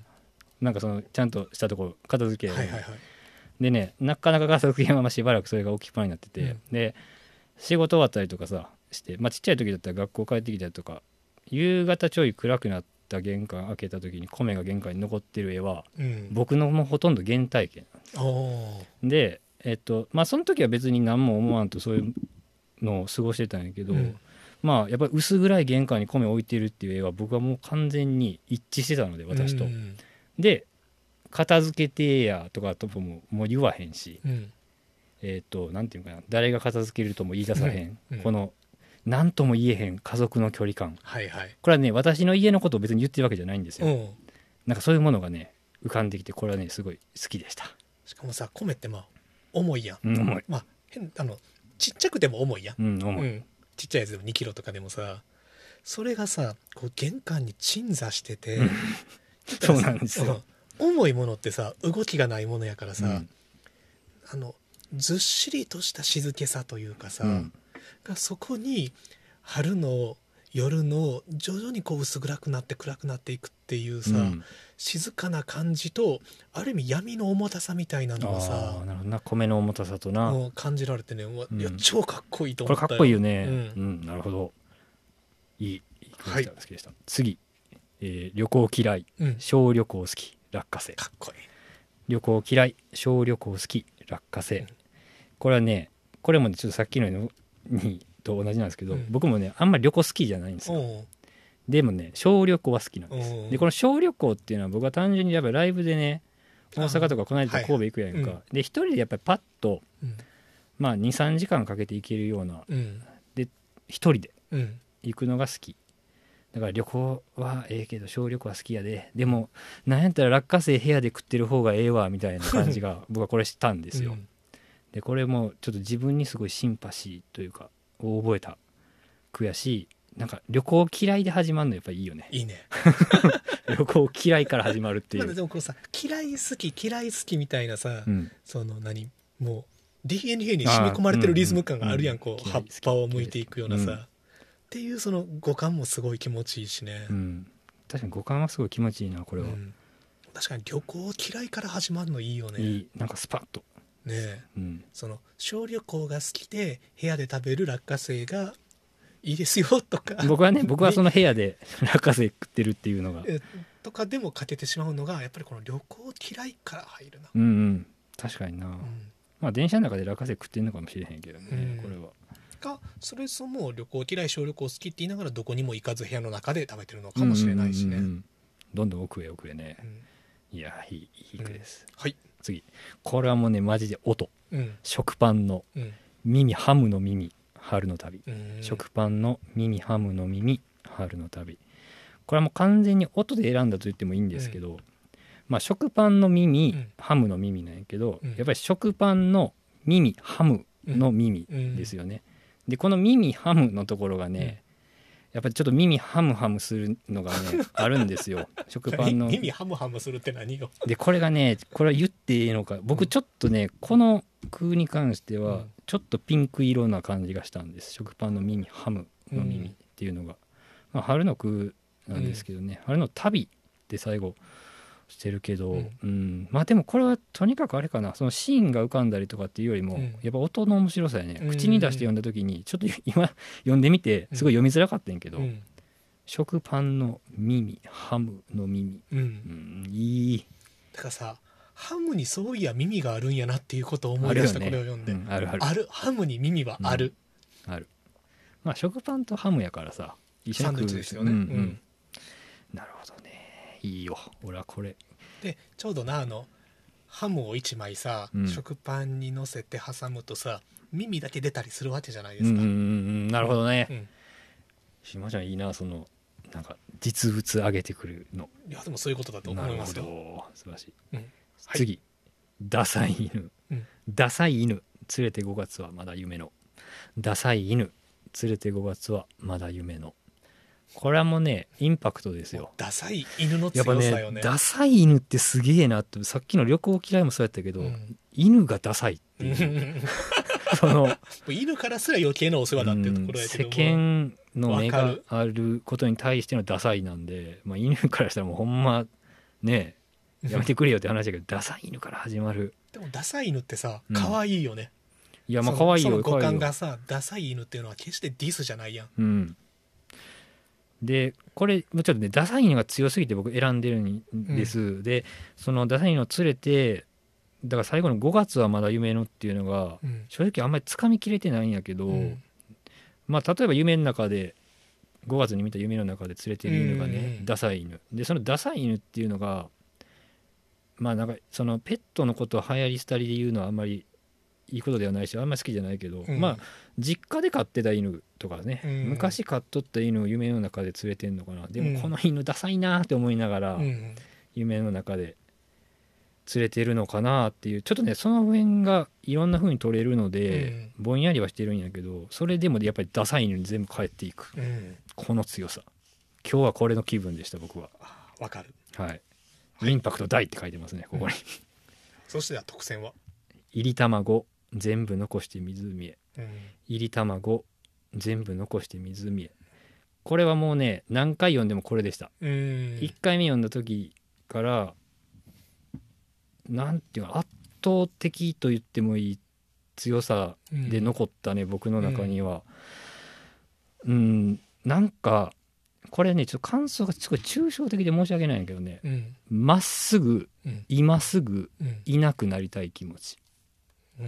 なんかそのちゃんとしたところ片付け、はいはいはい、でねなかなか片付けまましばらくそれが置きっぱいになってて、うん、で仕事終わったりとかさして、まあ、ちっちゃい時だったら学校帰ってきたりとか夕方ちょい暗くなった玄関開けた時に米が玄関に残ってる絵は、うん、僕のもうほとんど原体験で、えっとまあ、その時は別に何も思わんとそういうのを過ごしてたんやけど、うん、まあやっぱり薄暗い玄関に米置いてるっていう絵は僕はもう完全に一致してたので私と、うん、で片付けてやとかとももう言わへんし、うん、えっとなんていうかな誰が片付けるとも言い出さへん、うんうん、この何とも言えへん家族の距離感、はいはい、これはね私の家のことを別に言ってるわけじゃないんですよ、うん、なんかそういうものがね浮かんできてこれはねすごい好きでした。 しかもさ米ってまあ重いやん、 うん、重い、 まあ、変あのちっちゃくても重いやん、 うん重い、うん、 ちっちゃいやつでもにキロとかでもさそれがさこう玄関に鎮座してて、 うん、そうなんですよ。 重いものってさ動きがないものやからさ、うん、あのずっしりとした静けさというかさ、うん、がそこに春の夜の徐々にこう薄暗くなって暗くなっていくっていうさ、うん、静かな感じとある意味闇の重たさみたいなのがさあなるほどな米の重たさとな感じられてね、うん、いや超かっこいいと思ったよ。 これかっこいいよね、うんうん、なるほどいいいい好きでした、はい、好きでした。次、えー、旅行嫌い、うん、小旅行好き落花生。 かっこいい。 旅行嫌い小旅行好き落花生、うん、これはねこれもねちょっとさっきのにと同じなんですけど、うん、僕もねあんまり旅行好きじゃないんですよ。でもね小旅行は好きなんです。でこの小旅行っていうのは僕は単純にやっぱりライブでね大阪とかこの間神戸行くやんか、はいはい、で一人でやっぱりパッと、うん、まあ にさんじかんかけて行けるような、うん、で一人で行くのが好きだから旅行はええけど小旅行は好きやででもなんやったら落花生部屋で食ってる方がええわみたいな感じが僕はこれしたんですよ、うん、でこれもちょっと自分にすごいシンパシーというかを覚えた句やしなんか旅行嫌いで始まるのやっぱりいいよね。 いいね旅行嫌いから始まるっていうでもこうさ嫌い好き嫌い好きみたいなさ、うん、その何もう ディーエヌエー に染み込まれてるリズム感があるやん、こう葉っぱを剥いていくようなさ、うん、っていうその五感もすごい気持ちいいしね、 うん、確かに五感はすごい気持ちいいなこれは、うん、 確かに旅行嫌いから始まるのいいよね。 いいなんかスパッとねえ、うん、その小旅行が好きで部屋で食べる落花生がいいですよとか僕はね僕はその部屋で落花生食ってるっていうのがとかでもかけてしまうのがやっぱりこの旅行嫌いから入るな。 うんうん確かにな、うん、まあ電車の中で落花生食ってるのかもしれへんけどね、うん、これはかそれそも旅行嫌い小旅行好きって言いながらどこにも行かず部屋の中で食べてるのかもしれないしね、うんうんうんうん、 どんどん奥へ奥へね、うん、いやいいいい句です、 うん、はい次これはもうねマジで音、うん、食パンの耳、うん、ハムの耳春の旅、うん、食パンの耳ハムの耳春の旅これはもう完全に音で選んだと言ってもいいんですけど、うんまあ、食パンの耳、うん、ハムの耳なんやけど、うん、やっぱり食パンの耳ハムの耳ですよね、うん、でこの耳ハムのところがね、うん、やっぱりちょっと耳ハムハムするのがねあるんですよ食パンの耳ハムハムするって何よ。 でこれがねこれは言っていいのか僕ちょっとね、うん、この句に関してはちょっとピンク色な感じがしたんです。食パンの耳ハムの耳っていうのが、まあ、春の句なんですけどね、うん、春の旅って最後してるけど、うんうん、まあでもこれはとにかくあれかなそのシーンが浮かんだりとかっていうよりも、うん、やっぱ音の面白さやね、うん、口に出して読んだ時にちょっと今読んでみてすごい読みづらかったんやけど、うん、食パンの耳ハムの耳、うんうん、いいだからさハムにそういや耳があるんやなっていうことを思い出した、ね、これを読んで、うん、 あるあるあるハムに耳はある、 うん、あるまあ食パンとハムやからさ一緒に食うサンドイッチですよね、うんうん、 なるほどねいいよ俺はこれでちょうどなあのハムをいちまいさ、うん、食パンにのせて挟むとさ耳だけ出たりするわけじゃないですか。 うんうんうん、なるほどね、うん、島ちゃんいいなそのなんか実物上げてくるの。 いやでもそういうことだと思いますよ。 なるほど素晴らしい、 うんはい、 次ダサい犬、 うん、 ダサい犬連れてごがつはまだ夢の、ダサい犬連れてごがつはまだ夢の、これはもうねインパクトですよ。 ダサい犬のやっぱ強さよね。 ねダサい犬ってすげえなって、さっきの旅行嫌いもそうやったけど、うん、犬がダサいっていうその犬からすら余計なお世話だっていうところやけども、 世間の目があることに対してのダサいなんで、まあ、犬からしたらもうほんまねやめてくれよって話だけどダサい犬から始まる。 でもダサい犬ってさ可愛いよね、 うん、いやまあ可愛いよ。 その五感がさダサい犬っていうのは決してディスじゃないやん、 うん、でこれもうちょっとねダサい犬が強すぎて僕選んでるんです、うん、でそのダサい犬を連れてだから最後のごがつはまだ夢のっていうのが、うん、正直あんまりつかみきれてないんやけど、うん、まあ例えば夢の中でごがつに見た夢の中で連れてる犬がね、うんうん、ダサい犬で、そのダサい犬っていうのがまあなんかそのペットのことを流行り廃りで言うのはあんまりいいことではないしあんまり好きじゃないけど、うん、まあ実家で飼ってた犬とかね、うん、昔飼っとった犬を夢の中で連れてんのかな、でもこの犬ダサいなって思いながら、うん、夢の中で連れてるのかなっていう、ちょっとねその辺がいろんな風に取れるので、うん、ぼんやりはしてるんやけど、それでもやっぱりダサい犬に全部返っていく、うん、この強さ、今日はこれの気分でした僕は。 わかる、 はい、インパクト大って書いてますねここに、うん、 そしては特選は入り卵全部残して湖へ、うん、入り卵全部残して湖へ、これはもうね何回読んでもこれでした。うん、いっかいめ読んだ時からなんていうか圧倒的と言ってもいい強さで残ったね、うん、僕の中には、うん、うん、なんかこれねちょっと感想がすごい抽象的で申し訳ないんやけどね、ま、うん、っすぐ、うん、今すぐ、うん、いなくなりたい気持ち、うん、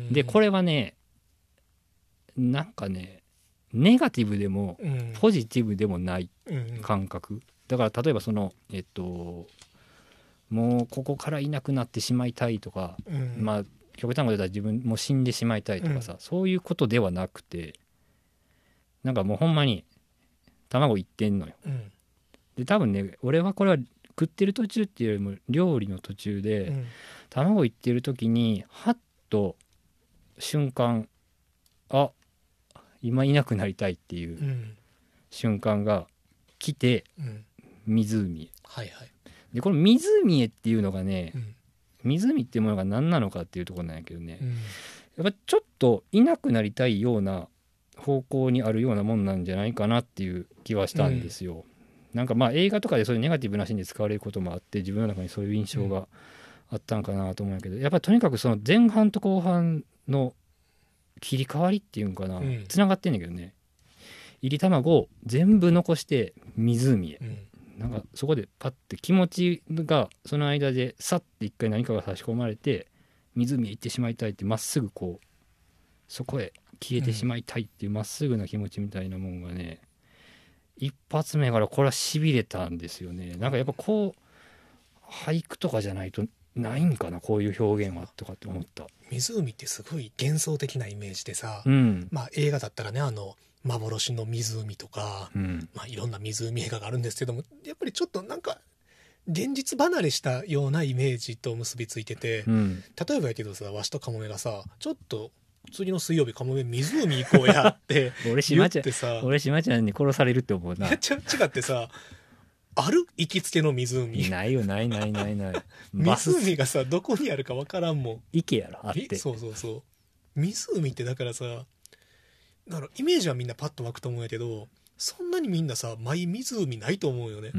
でこれはねなんかねネガティブでも、うん、ポジティブでもない感覚、うん、だから例えばそのえっともうここからいなくなってしまいたいとか、うん、まあ極端なこと言ったら自分も死んでしまいたいとかさ、うん、そういうことではなくて、なんかもうほんまに卵いってんのよ、うん、で多分ね俺はこれは食ってる途中っていうよりも料理の途中で、うん、卵いってる時にハッと瞬間あ今いなくなりたいっていう瞬間が来て、うん、湖へ、はいはい、でこの湖へっていうのがね、うん、湖っていうものが何なのかっていうところなんやけどね、うん、やっぱちょっといなくなりたいような方向にあるようなもんなんじゃないかなっていう気はしたんですよ、うん、なんかまあ映画とかでそういうネガティブなシーンで使われることもあって自分の中にそういう印象があったんかなと思うんやけど、やっぱりとにかくその前半と後半の切り替わりっていうんかな、つながってんだけどね、入り卵を全部残して湖へ、うん、なんかそこでパッて気持ちがその間でさって一回何かが差し込まれて湖へ行ってしまいたいってまっすぐこうそこへ消えてしまいたいっていうまっすぐな気持ちみたいなもんがね、うん、一発目からこれはしびれたんですよね。なんかやっぱこう俳句とかじゃないとないんかなこういう表現はとかって思った。湖ってすごい幻想的なイメージでさ、うん、まあ映画だったらねあの幻の湖とか、うんまあ、いろんな湖映画があるんですけどもやっぱりちょっとなんか現実離れしたようなイメージと結びついてて、うん、例えばやけどさわしとカモメがさちょっと次の水曜日カモメ湖行こうやって俺島ちゃん俺島ちゃんに殺されるって思うな。 違ってさある行きつけの湖ないよないないないない湖がさどこにあるか分からんもん。 池やろあってそうそうそう湖ってだからさだからイメージはみんなパッと湧くと思うんやけどそんなにみんなさマイ湖ないと思うよね、うん、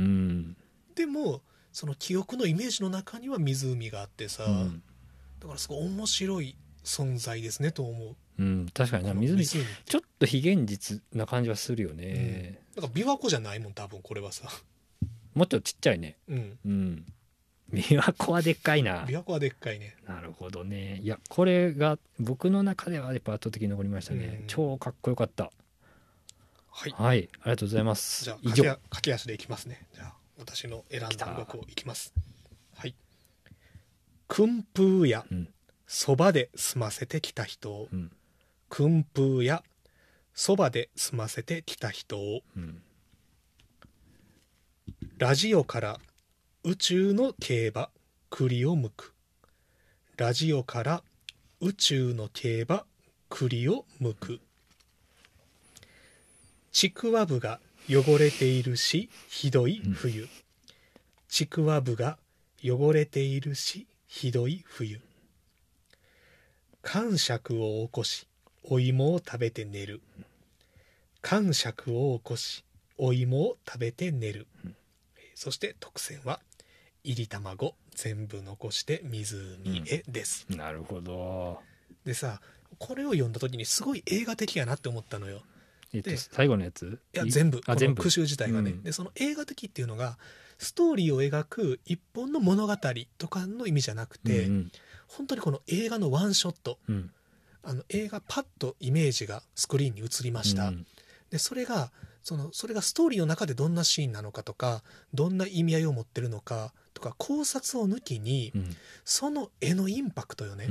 でもその記憶のイメージの中には湖があってさ、うん、だからすごい面白い存在ですねと思う、 うん、確かにな 湖, 湖ちょっと非現実な感じはするよね、 うん、だから琵琶湖じゃないもん多分これはさもっとちっちゃいねうん、うん、琵琶湖はでっかいな。 琵琶湖はでっかいね。 なるほどね。いやこれが僕の中ではやっぱ圧倒的に残りましたね。超かっこよかった。はい、はい、ありがとうございます。 じゃあ駆け、駆け足でいきますね。じゃあ私の選んだ音楽をいきます。はい。訓風やそばで済ませてきた人を、うん、訓風やそばで済ませてきた人を、うん、ラジオから宇宙の競馬栗をむくラジオから宇宙の競馬栗を剥く。ちくわぶが汚れているしひどい冬、うん、ちくわぶが汚れているしひどい冬。癇癪を起こしお芋を食べて寝る。癇癪を起こしお芋を食べて寝る、うん、そして特選はいり卵全部残して湖へです、 うん、なるほど。 でさ、これを読んだ時にすごい映画的やなって思ったのよ。 えっと、最後のやついや全部、 あ、 この句集自体がね、うん、でその映画的っていうのがストーリーを描く一本の物語とかの意味じゃなくて、うんうん、本当にこの映画のワンショット、うん、あの映画パッとイメージがスクリーンに映りました、うん、でそれがそのそれがストーリーの中でどんなシーンなのかとかどんな意味合いを持ってるのかとか考察を抜きに、うん、その絵のインパクトよね、うん、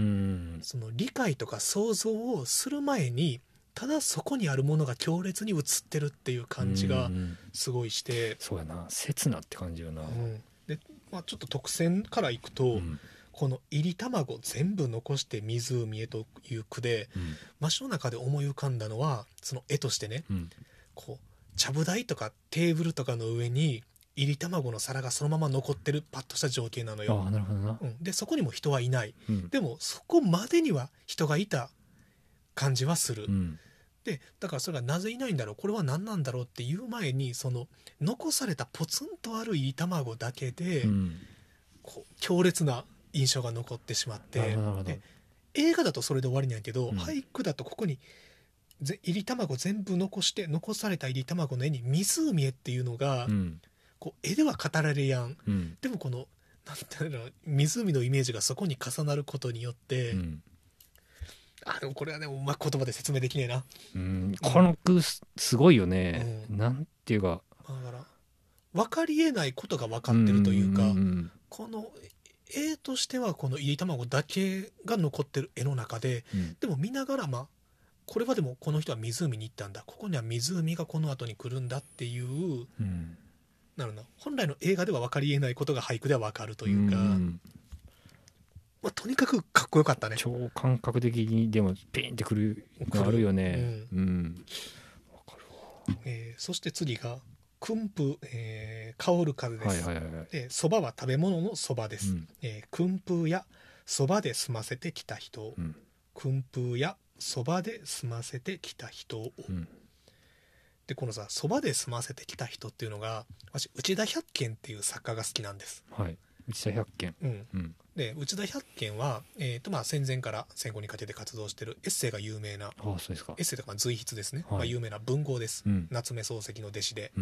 その理解とか想像をする前にただそこにあるものが強烈に映ってるっていう感じがすごいして、うん、 そうやな、切なって感じよな、うん、 で、まあ、ちょっと特選からいくと、うん、このいり卵全部残して湖へという句で、うん、真っの中で思い浮かんだのはその絵としてね、うん、こうちゃぶ台とかテーブルとかの上にいり卵の皿がそのまま残ってるパッとした情景なのよ。 ああ、なるほどな、 うん、でそこにも人はいない、うん、でもそこまでには人がいた感じはする、うん、でだからそれがなぜいないんだろう、これは何なんだろうっていう前にその残されたポツンとあるいり卵だけで、うん、こう強烈な印象が残ってしまって、で映画だとそれで終わりなんやけど、うん、俳句だとここにいり卵全部残して残されたいり卵の絵に湖へっていうのが、うん、こう絵では語られやん、うん、でもこのなんていうの湖のイメージがそこに重なることによって、うん、あでもこれはねうまく言葉で説明できねえな、 うん、この句すごいよね、うん、なんていうかだから分かりえないことが分かってるというか、うんうんうん、この絵としてはこのいり卵だけが残ってる絵の中で、うん、でも見ながらまあこれはでもこの人は湖に行ったんだ、ここには湖がこの後に来るんだっていう、うん、なるほど、本来の映画では分かりえないことが俳句では分かるというか、うんまあ、とにかくかっこよかったね。 超感覚的にでもピンってくるのあるよね、うんうん、分かるわ、 えー、そして次が訓風、えー、香る風です。で、そばは食べ物のそばです。うん、えー、訓風やそばで済ませてきた人を、うん、訓風やそばで済ませてきた人を、うん、でこのさそばで済ませてきた人っていうのが私内田百軒っていう作家が好きなんです。 はい、内田百軒、 うんうん、で内田百軒は、えーとまあ、戦前から戦後にかけて活動しているエッセイが有名な、 ああそうですか、 エッセイとか随筆ですね、はい、まあ、有名な文豪です、うん、夏目漱石の弟子で、うん、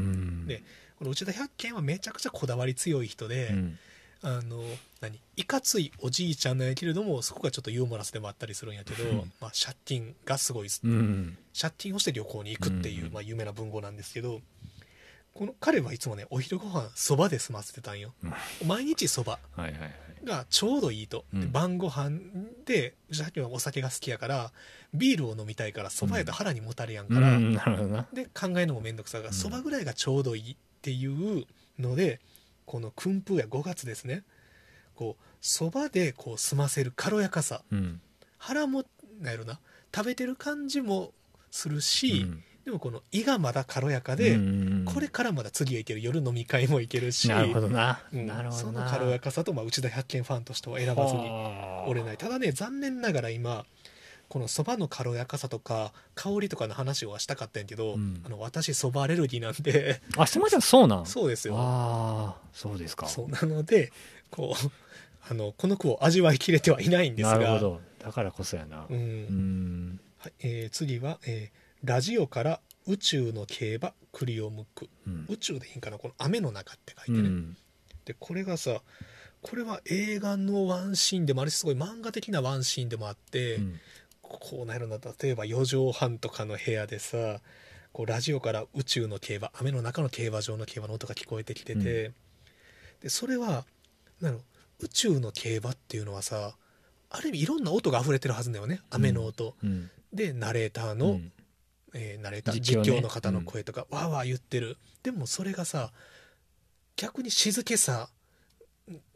でこの内田百軒はめちゃくちゃこだわり強い人で、うん、あの何いかついおじいちゃんなんやけれどもそこがちょっとユーモラスでもあったりするんやけど、うんまあ、借金がすごい、うん、借金をして旅行に行くっていう、うんまあ、有名な文豪なんですけど、この彼はいつもねお昼ご飯そばで済ませてたんよ、うん、毎日そばがちょうどいいと、はいはいはい、晩ご飯で内田百軒はお酒が好きやからビールを飲みたいからそばやと腹にもたれやんから、うん、なるほどな、で考えるのもめんどくさがそばぐらいがちょうどいいっていうので、この訓風やごがつですね、こうそばでこう済ませる軽やかさ、うん、腹もなんやろな食べてる感じもするし、うん、でもこの胃がまだ軽やかで、うん、これからまだ次へ行ける夜飲み会も行けるし、 なるほどな、 うん、 なるほどな、 その軽やかさと、まあ、内田百軒ファンとしては選ばずにおれない。ただね残念ながら今このそばの軽やかさとか香りとかの話をしたかったんやけど、うん、あの私そばアレルギーなんであ、すみません、そうなんそうですよ、 あそうですか、 そうなのでこうあのこの句を味わいきれてはいないんですが、 なるほど、だからこそやな、うんうんはいえー、次は、えー、ラジオから宇宙の競馬栗を剥く、うん、宇宙でいいんかな、この雨の中って書いてね、うん、でこれがさこれは映画のワンシーンでもあるしすごい漫画的なワンシーンでもあって、うん、こうなるの例えばよじょうはんとかの部屋でさこうラジオから宇宙の競馬雨の中の競馬場の競馬の音が聞こえてきてて、うん、でそれはなん宇宙の競馬っていうのはさある意味いろんな音が溢れてるはずだよね、雨の音、うん、でナレーターの、うんえー、ナレーター実況、ね、実況の方の声とか、うん、わーわー言ってる。でもそれがさ逆に静けさ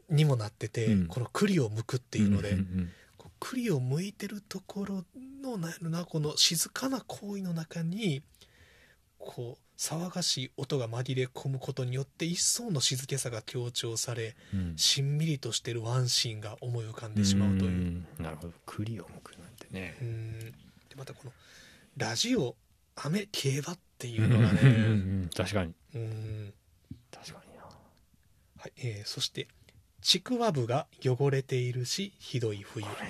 にもなってて、 うん、 この栗を剥くっていうので、 うんうんうん、 こう栗を剥いてるところのなんやろな、この静かな行為の中にこう騒がしい音が紛れ込むことによって一層の静けさが強調され、 うん、 しんみりとしてるワンシーンが思い浮かんでしまうという、うん、 なるほど、栗を剥くなんてね。 うん、でまたこのラジオ雨競馬っていうのがね、 うんうんうん、確かに、 うん、 確かにな、 はい、えー、そしてちくわぶが汚れているしひどい冬で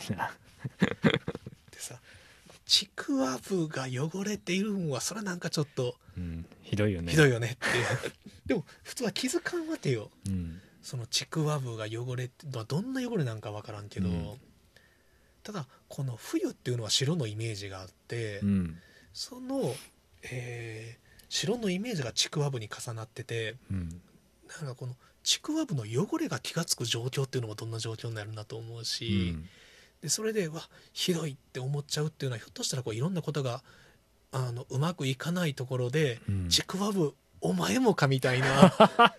さ、ちくわぶが汚れているんはそれはなんかちょっと、 うん、ひどいよね、 ひどいよねってでも普通は気づかんわけよ、 うん、 そのちくわぶが汚れて、まあ、どんな汚れなんか分からんけど、うん、ただこの冬っていうのは白のイメージがあって、うん、その、えー、白のイメージがちくわぶに重なってて、うん、なんかこのちくわぶの汚れが気がつく状況っていうのもどんな状況になるんだと思うし、うん、でそれでわひどいって思っちゃうっていうのはひょっとしたらこういろんなことがあのうまくいかないところで、うん、ちくわぶお前もかみたいな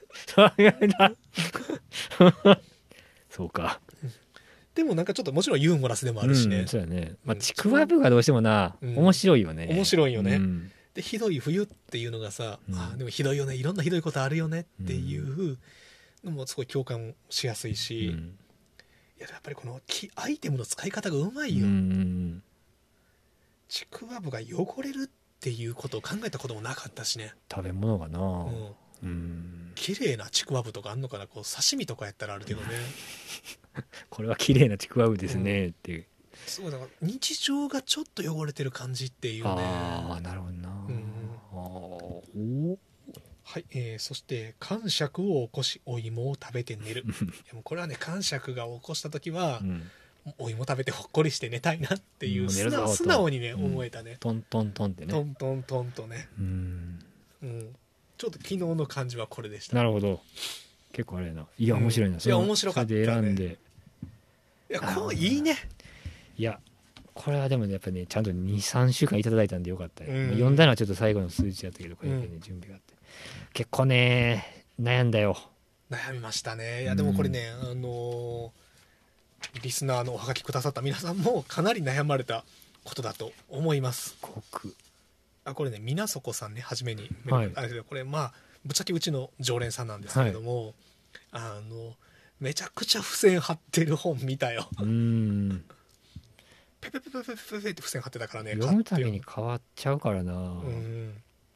そうか、 でもなんかちょっともちろんユーモラスでもあるしね、 うん、そうやね、まあ、ちくわぶがどうしてもな、うん、面白いよね、 面白いよね、うん、でひどい冬っていうのがさ、うん、あでもひどいよね、いろんなひどいことあるよねっていうのもすごい共感しやすいし、うん、いややっぱりこのアイテムの使い方がうまいよ、うん、ちくわぶが汚れるっていうことを考えたこともなかったしね、 食べ物がな、うんうん、綺麗なちくわぶとかあんのかな、こう刺身とかやったらあるけどねこれは綺麗なちくわぶですねっていう、うん、 すごいだから日常がちょっと汚れてる感じっていうね、 ああなるほどな、うん、あおはい、えー、そして癇癪を起こしお芋を食べて寝るいやもうこれはね癇癪が起こした時は、うん、お芋食べてほっこりして寝たいなっていう、うん、素, 直素直にね、うん、思えたね、 トントントンってね、 トントントンとね、うん、うん、ちょっと昨日の感じはこれでした。 なるほど、結構あれやな、いや面白いな、うん、 いや面白かったね、 それで選んで、 いやこういいね、 いやこれはでもねやっぱりねちゃんと にさんしゅうかんいただいたんでよかったよ、うん、読んだのはちょっと最後の数字だったけどこれだけね、うん、準備があって結構ね悩んだよ、 悩みましたね。いやでもこれね、うん、あのー、リスナーのおはがきくださった皆さんもかなり悩まれたことだと思います。あこれねみなそこさんね初めに、はい、あれこれまあぶっちゃけうちの常連さんなんですけれども、はい、あのめちゃくちゃ付箋貼ってる本見たよ。うーんペペペペペペペペって付箋貼ってたからね、 読むたびに変わっちゃうからな、うん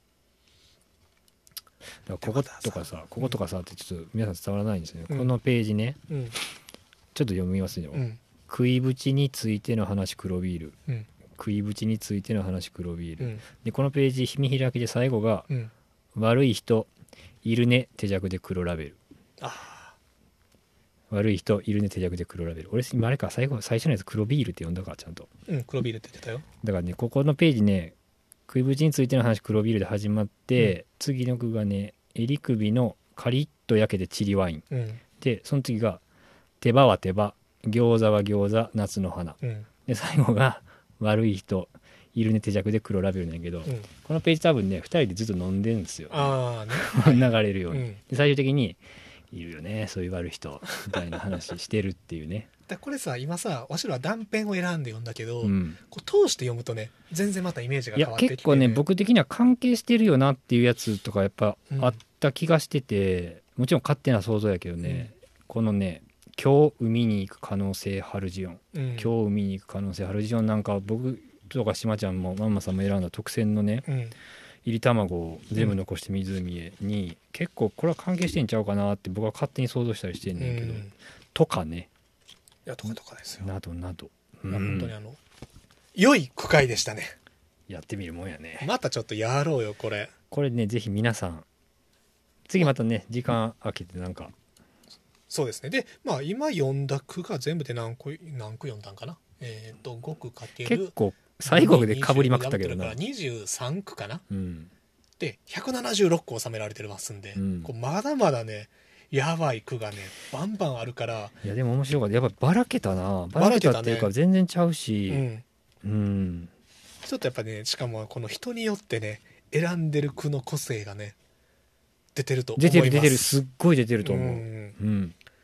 だからこことかさこことかさってちょっと皆さん伝わらないんですね、うん、このページね、うん、ちょっと読みますよ、うん、食いぶちについての話黒ビール、うん、食いぶちについての話黒ビール、うん、でこのページ見開きで最後が、うん、悪い人いるね手弱で黒ラベル、あ悪い人いるね手弱で黒ラベル、俺今あれか最後最初のやつ黒ビールって読んだかちゃんと、 うん黒ビールって言ってたよ。 だからねここのページね食いぶちについての話黒ビールで始まって、うん、次の句がね襟首のカリッと焼けてチリワイン、うん、でその次が手羽は手羽餃子は餃子夏の花、うん、で最後が悪い人いるね手弱で黒ラベルなんやけど、うん、このページ多分ねふたりでずっと飲んでるんですよ、あ、ね、流れるように、うん、で最終的にいるよねそういう悪い人みたいな話してるっていうねだこれさ今さわしらは断片を選んで読んだけど、うん、こう通して読むとね全然またイメージが変わってきて、ね、いや結構ね僕的には関係してるよなっていうやつとかやっぱあった気がしてて、うん、もちろん勝手な想像やけどね、うん、このね今日海に行く可能性ハルジオン、うん、今日海に行く可能性ハルジオンなんか僕とかしまちゃんもマンマさんも選んだ特選のね、うん、入り卵を全部残して湖へに、うん、結構これは関係してんちゃうかなって僕は勝手に想像したりしてんねんけど、うん、とかねいやとかとかですよなどなど、 うん、本当にあの良い句会でしたね。 やってみるもんやね。 またちょっとやろうよこれこれねぜひ皆さん次またね時間空けてなんかそうですね。でまあ今読んだ句が全部で何個何句読んだんかなえっ、ー、とごくかける結構最後でかぶりまくったけどなにじゅうさんくかな、うん、でひゃくななじゅうろっこ収められてますんで、うん、こうまだまだねやばい句がねバンバンあるから。 いやでも面白かった。やっぱばらけたなばらけたっていうか全然ちゃうし、うん、うん、 ちょっとやっぱねしかもこの人によってね選んでる句の個性がね出てると思います。 出てる出てるすっごい出てると思う、うんうん、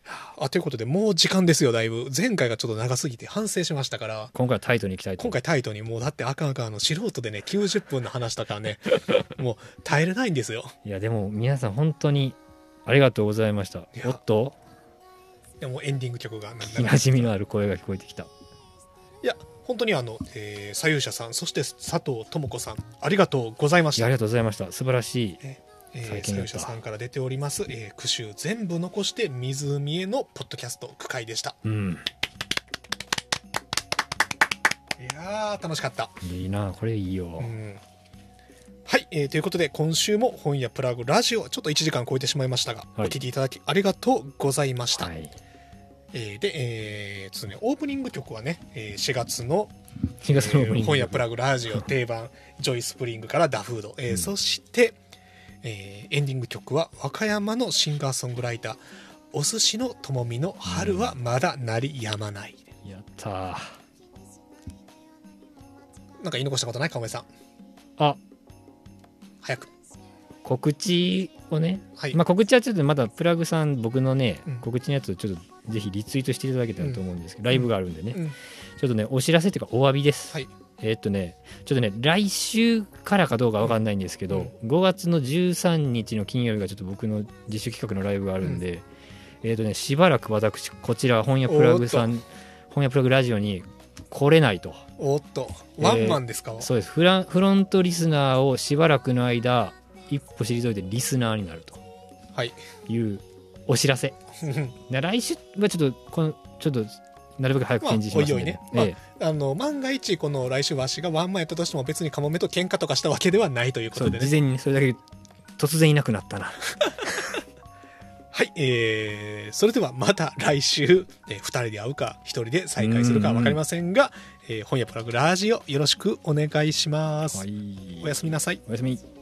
あということでもう時間ですよ。だいぶ前回がちょっと長すぎて反省しましたから、 今回はタイトにいきたいと。 今回タイトに、もうだってあかんあかん、あの素人でねきゅうじゅっぷんの話だからねもう耐えれないんですよ。 いやでも皆さん本当にありがとうございました。おっと、 でもエンディング曲が聞きなじみのある声が聞こえてきた。 いや本当にあの、えー、左右者さん、そして佐藤智子さん、ありがとうございました。 ありがとうございました。素晴らしい、 えー、左右者さんから出ております、えー、句集全部残して湖へのポッドキャスト句会でした。 うん、 いやー楽しかった。 いいな、これいいよ、 うん、はい、えー、ということで今週も本屋プラグラジオちょっといちじかん超えてしまいましたが、はい、お聞きいただきありがとうございました。はい、えー、で、えーね、オープニング曲はね、えー、しがつのしがつのオープニング、 えー、本屋プラグラジオ定番ジョイスプリングからダフード、えーうん、そして、えー、エンディング曲は和歌山のシンガーソングライターお寿司のともみの春はまだ鳴りやまない、 うん、やったー。 なんか言い残したことない？かおめさん。 あ、 早く告知をね、 はい、 まあ、告知はちょっとまだプラグさん僕のね、うん、告知のやつをちょっとぜひリツイートしていただけたらと思うんですけど、うん、ライブがあるんでね、うん、ちょっとねお知らせというかお詫びです、はい、えー、っとねちょっとね来週からかどうか分かんないんですけど、うん、ごがつのじゅうさんにちの金曜日がちょっと僕の自主企画のライブがあるんで、うん、えー、っとねしばらく私こちら本屋プラグさん本屋プラグラジオに来れないと。 おっとワンマンですか？ えー、そうです。フランフロントリスナーをしばらくの間一歩退いてリスナーになるというお知らせ来週はちょっとこのちょっとなるべく早く返事しますので、 まあ、おいおいね、まあ、あの万が一この来週わしがワンマンやったとしても別にカモメと喧嘩とかしたわけではないということでね。 事前にそれだけ突然いなくなったなはい、えー、それではまた来週、えー、ふたりで会うかひとりで再会するか分かりませんが、えー、本屋プラグラジオよろしくお願いします。はい、おやすみなさい。 おやすみ。